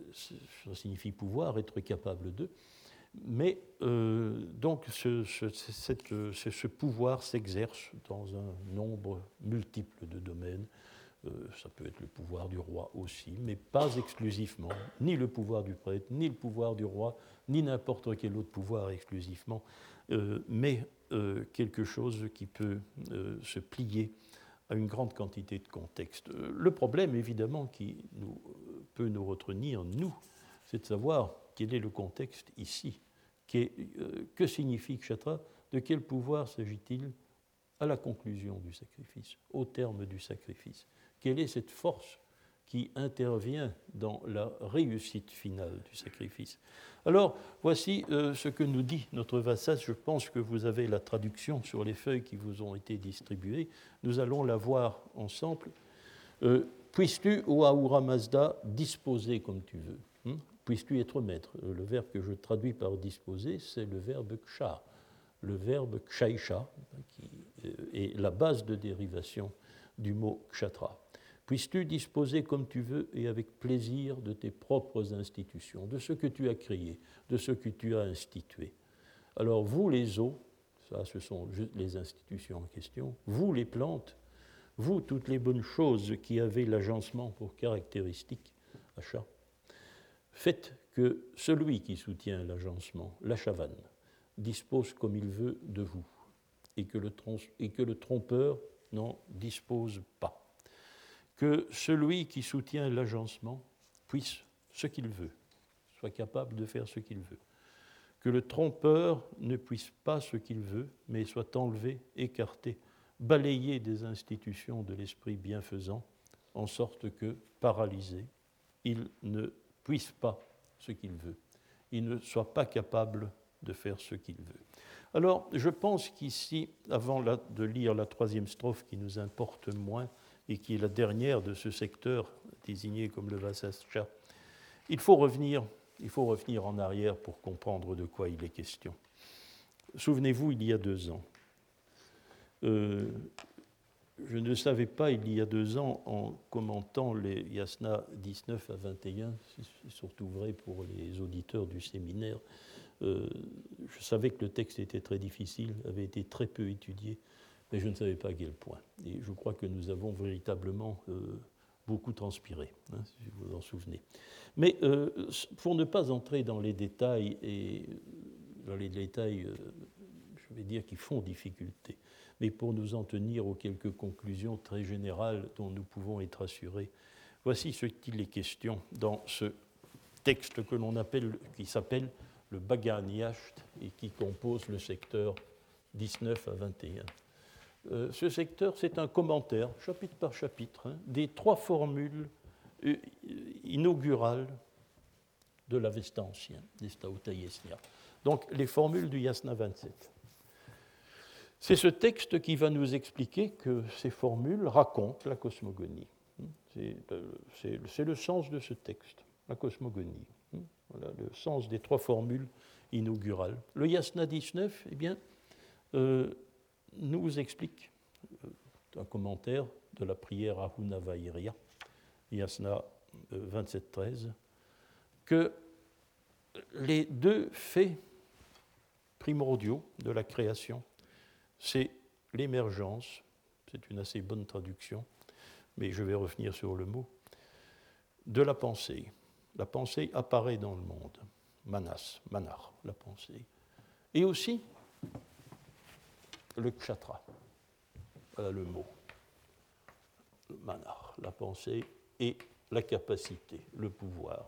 ça signifie pouvoir, être capable de. Mais euh, donc ce, ce, cette, ce, ce pouvoir s'exerce dans un nombre multiple de domaines. Euh, ça peut être le pouvoir du roi aussi, mais pas exclusivement, ni le pouvoir du prêtre, ni le pouvoir du roi, ni n'importe quel autre pouvoir exclusivement, euh, mais euh, quelque chose qui peut euh, se plier à une grande quantité de contextes. Euh, le problème, évidemment, qui nous, peut nous retenir, nous, c'est de savoir quel est le contexte ici. Qu'est, euh, que signifie kshatra? De quel pouvoir s'agit-il à la conclusion du sacrifice, au terme du sacrifice? Quelle est cette force qui intervient dans la réussite finale du sacrifice? Alors, voici euh, ce que nous dit notre Vassas. Je pense que vous avez la traduction sur les feuilles qui vous ont été distribuées. Nous allons la voir ensemble. Euh, Puisses-tu, ô Ahura Mazda, disposer comme tu veux, hein? Puisses-tu être maître? Le verbe que je traduis par disposer, c'est le verbe ksha, le verbe kshaisha, qui est la base de dérivation du mot kshatra. Puisses-tu disposer comme tu veux et avec plaisir de tes propres institutions, de ce que tu as créé, de ce que tu as institué. Alors vous les eaux, ça ce sont les institutions en question, vous les plantes, vous toutes les bonnes choses qui avez l'agencement pour caractéristique, achat, faites que celui qui soutient l'agencement, l'achavan, dispose comme il veut de vous et que le, et que le trompeur n'en dispose pas. Que celui qui soutient l'agencement puisse ce qu'il veut, soit capable de faire ce qu'il veut. Que le trompeur ne puisse pas ce qu'il veut, mais soit enlevé, écarté, balayé des institutions de l'esprit bienfaisant, en sorte que, paralysé, il ne puisse pas ce qu'il veut. Il ne soit pas capable de faire ce qu'il veut. Alors, je pense qu'ici, avant la, de lire la troisième strophe qui nous importe moins, et qui est la dernière de ce secteur désigné comme le Vassascha, il faut revenir, il faut revenir en arrière pour comprendre de quoi il est question. Souvenez-vous, il y a deux ans, euh, je ne savais pas il y a deux ans, en commentant les Yasna dix-neuf à vingt et un, c'est surtout vrai pour les auditeurs du séminaire, euh, je savais que le texte était très difficile, avait été très peu étudié, mais je ne savais pas à quel point. Et je crois que nous avons véritablement euh, beaucoup transpiré, hein, si vous vous en souvenez. Mais euh, pour ne pas entrer dans les détails, et dans les détails, euh, je vais dire, qui font difficulté, mais pour nous en tenir aux quelques conclusions très générales dont nous pouvons être assurés, voici ce qu'il est question dans ce texte que l'on appelle, qui s'appelle le Bagan Yasht et qui compose le secteur dix-neuf à vingt et un. Euh, ce secteur, c'est un commentaire, chapitre par chapitre, hein, des trois formules euh, inaugurales de l'Avesta ancien, des Stauta Yesnia. Donc, les formules du Yasna vingt-sept. C'est ce texte qui va nous expliquer que ces formules racontent la cosmogonie. C'est, c'est, c'est le sens de ce texte, la cosmogonie. Voilà le sens des trois formules inaugurales. Le Yasna dix-neuf, eh bien, euh, nous explique, euh, un commentaire de la prière Ahunavairia, Yasna euh, vingt-sept treize, que les deux faits primordiaux de la création, c'est l'émergence, c'est une assez bonne traduction, mais je vais revenir sur le mot, de la pensée. La pensée apparaît dans le monde, manas, manar, la pensée. Et aussi le kshatra, voilà le mot, le manar, la pensée et la capacité, le pouvoir.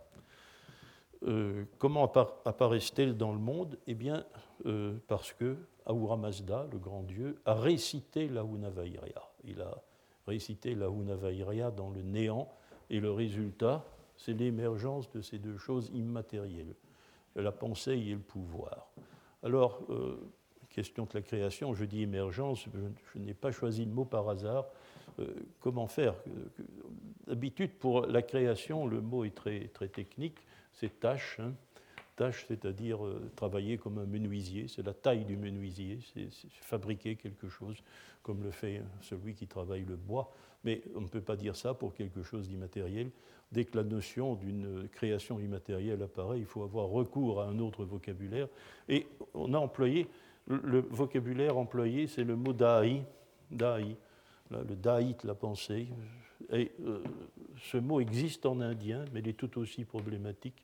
Euh, comment apparaissent-elles dans le monde? Eh bien, euh, parce que Ahura Mazda, le grand Dieu, a récité l'Ahunavairia. Il a récité l'Ahunavairia dans le néant, et le résultat, c'est l'émergence de ces deux choses immatérielles, la pensée et le pouvoir. Alors, euh, question de la création, je dis émergence, je, je n'ai pas choisi le mot par hasard. Euh, comment faire? D'habitude, pour la création, le mot est très, très technique, c'est tâche. Hein. Tâche, c'est-à-dire euh, travailler comme un menuisier, c'est la taille du menuisier, c'est, c'est fabriquer quelque chose comme le fait celui qui travaille le bois. Mais on ne peut pas dire ça pour quelque chose d'immatériel. Dès que la notion d'une création immatérielle apparaît, il faut avoir recours à un autre vocabulaire. Et on a employé, le vocabulaire employé, c'est le mot da'i, da'i, le daït, la pensée. Et euh, ce mot existe en indien, mais il est tout aussi problématique.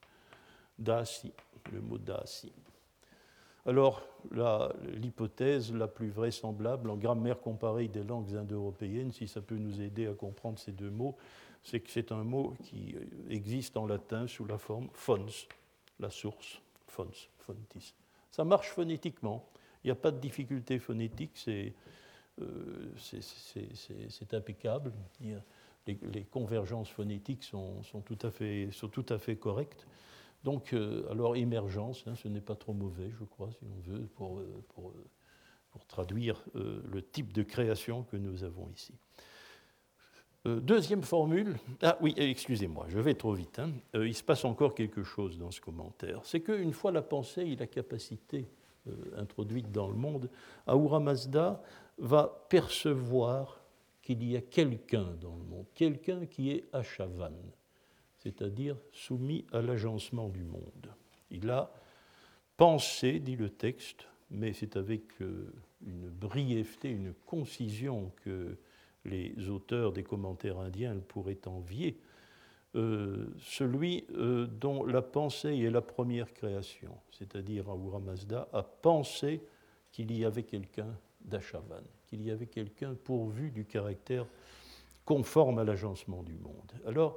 Dasi, le mot dasi. Alors, la, l'hypothèse la plus vraisemblable en grammaire comparée des langues indo-européennes, si ça peut nous aider à comprendre ces deux mots, c'est que c'est un mot qui existe en latin sous la forme fons, la source, fons, fontis. Ça marche phonétiquement, il n'y a pas de difficulté phonétique, c'est, euh, c'est, c'est, c'est, c'est impeccable. Il y a, les, les convergences phonétiques sont, sont, tout à fait, sont tout à fait correctes. Donc, euh, alors, émergence, hein, ce n'est pas trop mauvais, je crois, si on veut, pour, pour, pour traduire euh, le type de création que nous avons ici. Euh, deuxième formule, ah oui, excusez-moi, je vais trop vite, hein. euh, il se passe encore quelque chose dans ce commentaire. C'est qu'une fois la pensée et la capacité euh, introduite dans le monde, Ahura Mazda va percevoir qu'il y a quelqu'un dans le monde, quelqu'un qui est Ashavan, c'est-à-dire soumis à l'agencement du monde. Il a pensé, dit le texte, mais c'est avec une brièveté, une concision que les auteurs des commentaires indiens pourraient envier, euh, celui euh, dont la pensée est la première création, c'est-à-dire Ahura Mazda a pensé qu'il y avait quelqu'un d'Ashavan, qu'il y avait quelqu'un pourvu du caractère conforme à l'agencement du monde. Alors,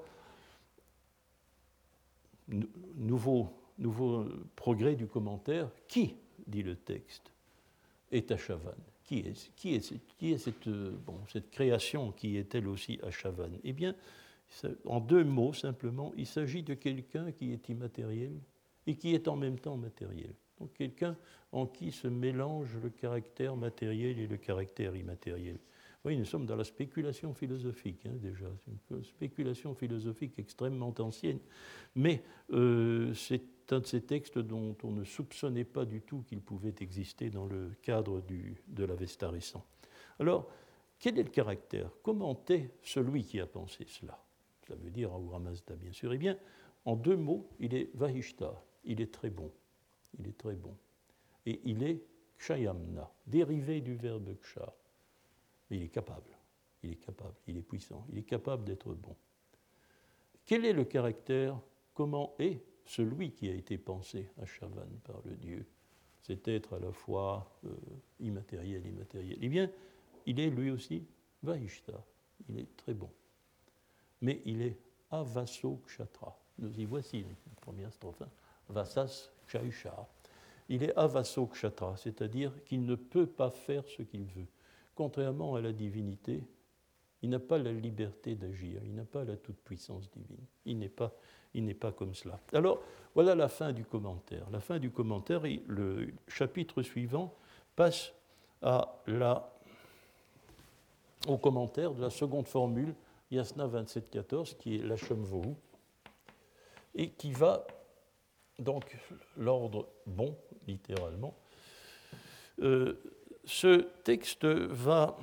Nouveau, nouveau progrès du commentaire, qui, dit le texte, est Ashavan? Qui est, qui est, qui est cette, bon, cette création qui est elle aussi Ashavan? Eh bien, en deux mots simplement, il s'agit de quelqu'un qui est immatériel et qui est en même temps matériel. Donc quelqu'un en qui se mélange le caractère matériel et le caractère immatériel. Oui, nous sommes dans la spéculation philosophique, hein, déjà. C'est une spéculation philosophique extrêmement ancienne. Mais euh, c'est un de ces textes dont on ne soupçonnait pas du tout qu'il pouvait exister dans le cadre du, de l'Avesta récent. Alors, quel est le caractère? Comment est celui qui a pensé cela? Ça veut dire Ahura Mazda, bien sûr. Eh bien, en deux mots, il est Vahishta, il est très bon. Il est très bon. Et il est Kshayamna, dérivé du verbe Ksha. Mais il est capable, il est capable, il est puissant, il est capable d'être bon. Quel est le caractère? Comment est celui qui a été pensé à Shavan par le Dieu? Cet être à la fois euh, immatériel, immatériel. Eh bien, il est lui aussi Vahishta, il est très bon. Mais il est Avaso Kshatra. Nous y voici, la première strophe. Hein. Vasas Kshaisha. Il est Avaso Kshatra, c'est-à-dire qu'il ne peut pas faire ce qu'il veut. Contrairement à la divinité, il n'a pas la liberté d'agir, il n'a pas la toute-puissance divine. Il n'est pas, il n'est pas comme cela. Alors, voilà la fin du commentaire. La fin du commentaire, et le chapitre suivant passe à la, au commentaire de la seconde formule, Yasna vingt-sept quatorze, qui est la Shemvohu, et qui va, donc, l'ordre bon, littéralement. Euh, ce texte va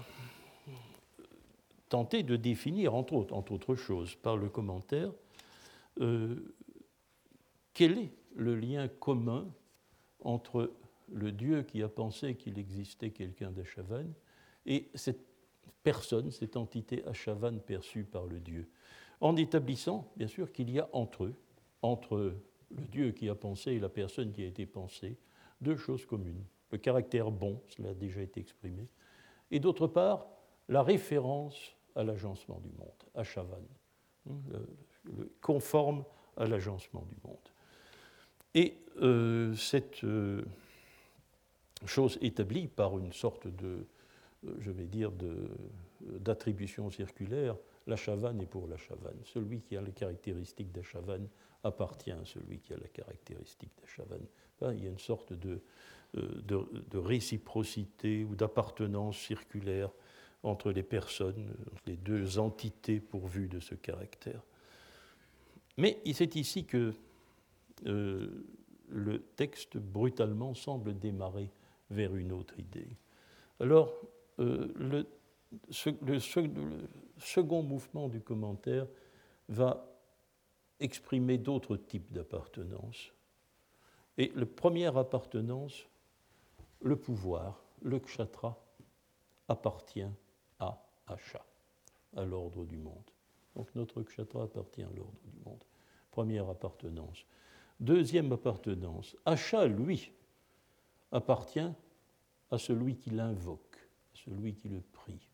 tenter de définir, entre autres, entre autres choses, par le commentaire, euh, quel est le lien commun entre le Dieu qui a pensé qu'il existait quelqu'un d'Ashavan et cette personne, cette entité Ashavan perçue par le Dieu, en établissant, bien sûr, qu'il y a entre eux, entre le Dieu qui a pensé et la personne qui a été pensée, deux choses communes. Le caractère bon, cela a déjà été exprimé, et d'autre part, la référence à l'agencement du monde, à Shavan, le, le, conforme à l'agencement du monde. Et euh, cette euh, chose établie par une sorte de, euh, je vais dire, de, d'attribution circulaire, la Shavan est pour la Shavan. Celui qui a les caractéristiques d'Ashavan appartient à celui qui a la caractéristique d'Ashavan. Il y a une sorte de, de, de réciprocité ou d'appartenance circulaire entre les personnes, les deux entités pourvues de ce caractère. Mais c'est ici que euh, le texte brutalement semble démarrer vers une autre idée. Alors, euh, le, ce, le, le second mouvement du commentaire va exprimer d'autres types d'appartenance. Et la première appartenance, le pouvoir, le kshatra, appartient à Asha, à l'ordre du monde. Donc notre kshatra appartient à l'ordre du monde. Première appartenance. Deuxième appartenance, Asha, lui, appartient à celui qui l'invoque, à celui qui le prie.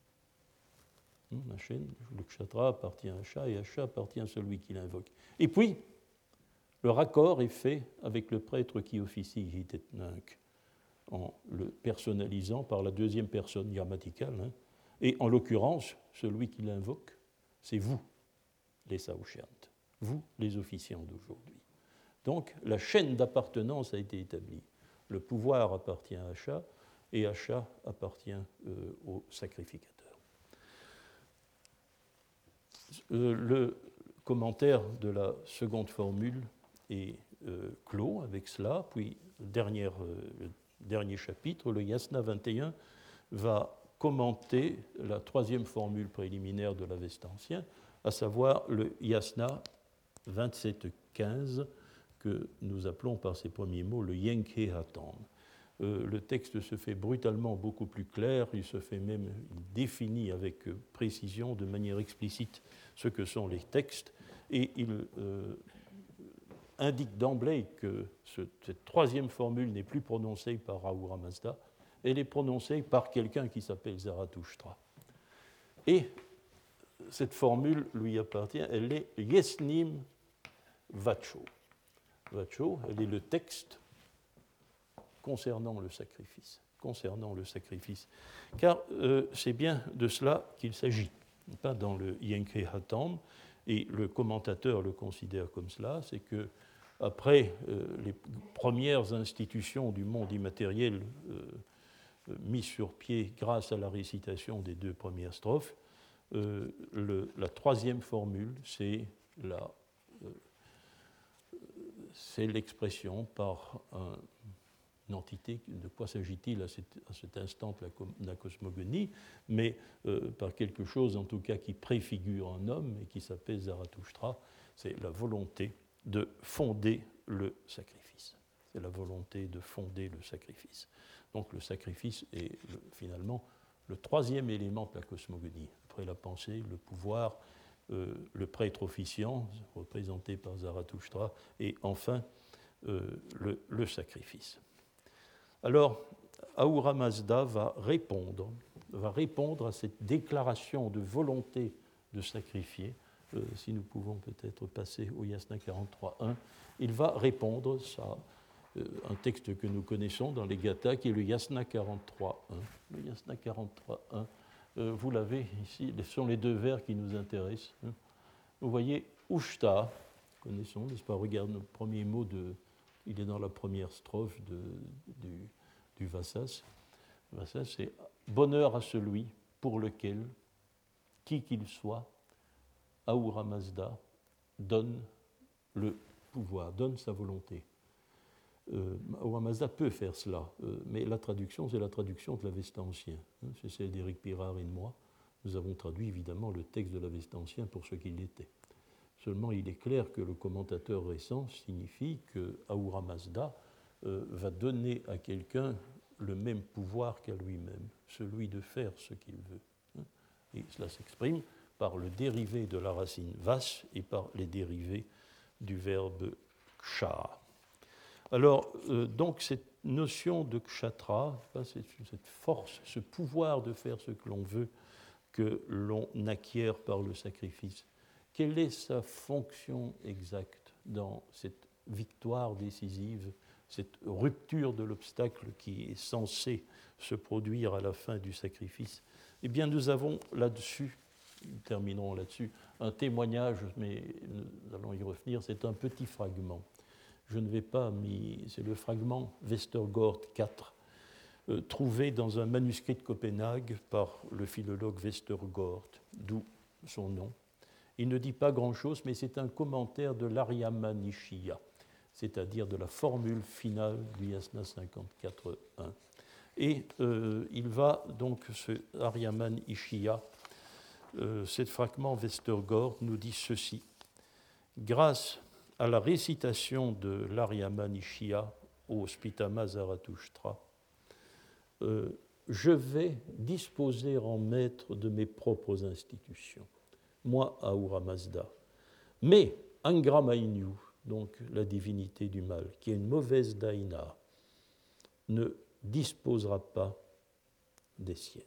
Le kshatra appartient à Asha et Asha appartient à celui qui l'invoque. Et puis, le raccord est fait avec le prêtre qui officie Hitetnunk, en le personnalisant par la deuxième personne grammaticale. Hein. Et en l'occurrence, celui qui l'invoque, c'est vous, les Saouchiant, vous, les officiants d'aujourd'hui. Donc, la chaîne d'appartenance a été établie. Le pouvoir appartient à Asha et Asha appartient euh, au sacrificateur. Euh, le commentaire de la seconde formule est euh, clos avec cela, puis le dernier, euh, le dernier chapitre, le Yasna vingt et un, va commenter la troisième formule préliminaire de l'Avesta ancien, à savoir le Yasna vingt-sept quinze, que nous appelons par ses premiers mots le Yenke Hatam. Euh, le texte se fait brutalement beaucoup plus clair, il se fait même, il définit avec précision, de manière explicite, ce que sont les textes, et il euh, indique d'emblée que ce, cette troisième formule n'est plus prononcée par Ahura Mazda, elle est prononcée par quelqu'un qui s'appelle Zarathushtra. Et cette formule lui appartient, elle est Yesnim Vacho. Vacho, elle est le texte concernant le sacrifice, concernant le sacrifice. Car euh, c'est bien de cela qu'il s'agit, pas dans le Yenke Hatam, et le commentateur le considère comme cela, c'est que après euh, les premières institutions du monde immatériel euh, euh, mises sur pied grâce à la récitation des deux premières strophes, euh, le, la troisième formule, c'est la c'est l'expression par un une entité, de quoi s'agit-il à, cette, à cet instant de la, de la cosmogonie, mais euh, par quelque chose en tout cas qui préfigure un homme et qui s'appelle Zarathustra, c'est la volonté de fonder le sacrifice. C'est la volonté de fonder le sacrifice. Donc le sacrifice est le, finalement le troisième élément de la cosmogonie. Après la pensée, le pouvoir, euh, le prêtre officiant, représenté par Zarathustra, et enfin euh, le, le sacrifice. Alors, Ahura Mazda va répondre, va répondre à cette déclaration de volonté de sacrifier. Euh, si nous pouvons peut-être passer au Yasna quarante-trois un, il va répondre, ça, euh, un texte que nous connaissons dans les Gathas, qui est le Yasna quarante-trois un. Le Yasna quarante-trois un, euh, vous l'avez ici, ce sont les deux vers qui nous intéressent. Hein. Vous voyez, Ushta, connaissons, n'est-ce pas? Regarde le premier mot de... Il est dans la première strophe de, du, du Vassas. Vassas, c'est bonheur à celui pour lequel, qui qu'il soit, Ahura Mazda donne le pouvoir, donne sa volonté. Euh, Ahura Mazda peut faire cela, euh, mais la traduction, c'est la traduction de l'Avesta ancien. Hein, c'est celle d'Éric Pirard et de moi. Nous avons traduit évidemment le texte de l'Avesta ancien pour ce qu'il était. Seulement, il est clair que le commentateur récent signifie que Ahura Mazda euh, va donner à quelqu'un le même pouvoir qu'à lui-même, celui de faire ce qu'il veut. Et cela s'exprime par le dérivé de la racine vas et par les dérivés du verbe ksha. Alors, euh, donc, cette notion de kshatra, cette force, ce pouvoir de faire ce que l'on veut, que l'on acquiert par le sacrifice, quelle est sa fonction exacte dans cette victoire décisive, cette rupture de l'obstacle qui est censée se produire à la fin du sacrifice? Eh bien, nous avons là-dessus, nous terminerons là-dessus, un témoignage, mais nous allons y revenir, c'est un petit fragment. Je ne vais pas m'y... C'est le fragment Westergaard quatre, euh, trouvé dans un manuscrit de Copenhague par le philologue Westergaard, d'où son nom. Il ne dit pas grand-chose, mais c'est un commentaire de l'Aryama Nishya, c'est-à-dire de la formule finale du Yasna cinquante-quatre un. Et euh, il va donc, ce Aryama Nishya, euh, ce fragment Westergaard nous dit ceci. Grâce à la récitation de l'Aryama Nishya au Spitama Zarathustra, euh, je vais disposer en maître de mes propres institutions. Moi, Ahura Mazda. Mais Angra Mainyu, donc la divinité du mal, qui est une mauvaise daïna, ne disposera pas des siennes.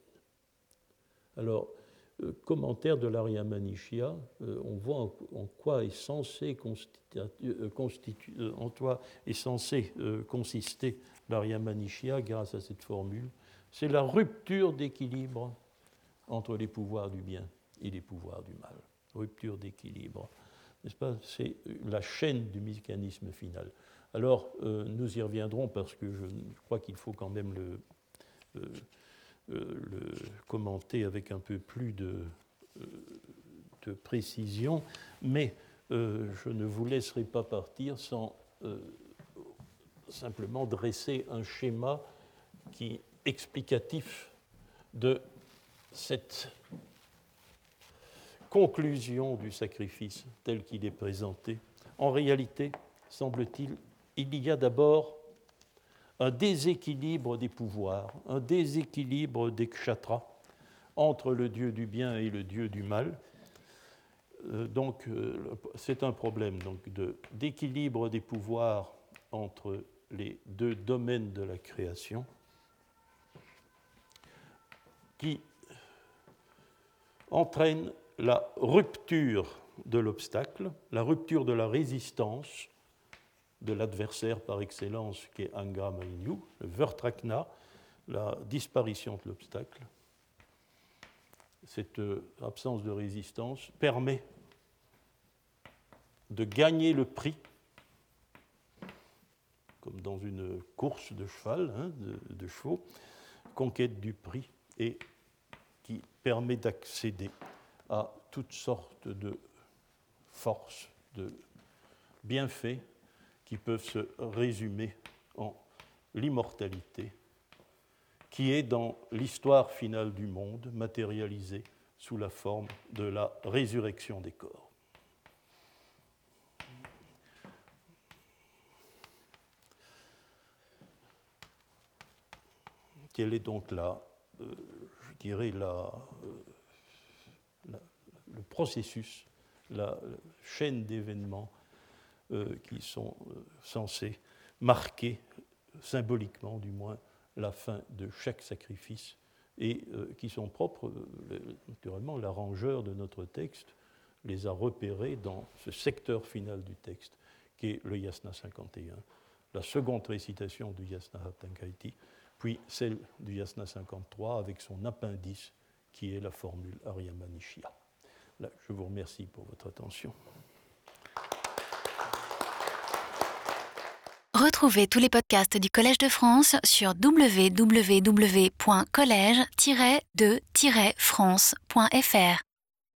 Alors, euh, commentaire de l'Aryama Nishya, euh, on voit en, en quoi est censé, constitu, euh, constitu, euh, en quoi est censé euh, consister l'Aryama Nishya grâce à cette formule. C'est la rupture d'équilibre entre les pouvoirs du bien et les pouvoirs du mal. Rupture d'équilibre. N'est-ce pas? C'est la chaîne du mécanisme final. Alors, euh, nous y reviendrons parce que je, je crois qu'il faut quand même le, euh, euh, le commenter avec un peu plus de, euh, de précision, mais euh, je ne vous laisserai pas partir sans euh, simplement dresser un schéma qui est explicatif de cette conclusion du sacrifice tel qu'il est présenté. En réalité, semble-t-il, il y a d'abord un déséquilibre des pouvoirs, un déséquilibre des kshatras entre le dieu du bien et le dieu du mal. Euh, donc, euh, c'est un problème donc, de, d'équilibre des pouvoirs entre les deux domaines de la création qui entraîne la rupture de l'obstacle, la rupture de la résistance de l'adversaire par excellence qui est Angra Mainyu, le Vertrakna, la disparition de l'obstacle. Cette absence de résistance permet de gagner le prix, comme dans une course de cheval, hein, de, de chevaux, conquête du prix, et qui permet d'accéder à toutes sortes de forces, de bienfaits qui peuvent se résumer en l'immortalité, qui est dans l'histoire finale du monde matérialisée sous la forme de la résurrection des corps. Quelle est donc la, euh, je dirais, la, euh, la, le processus, la, la chaîne d'événements euh, qui sont euh, censés marquer symboliquement, du moins, la fin de chaque sacrifice et euh, qui sont propres, euh, naturellement, l'arrangeur de notre texte les a repérés dans ce secteur final du texte, qui est le Yasna cinquante et un, la seconde récitation du Yasna Hatankaiti, puis celle du Yasna cinquante-trois avec son appendice, qui est la formule Aryamanishya. Là, je vous remercie pour votre attention. Retrouvez tous les podcasts du Collège de France sur w w w point collège tiret de tiret france point f r.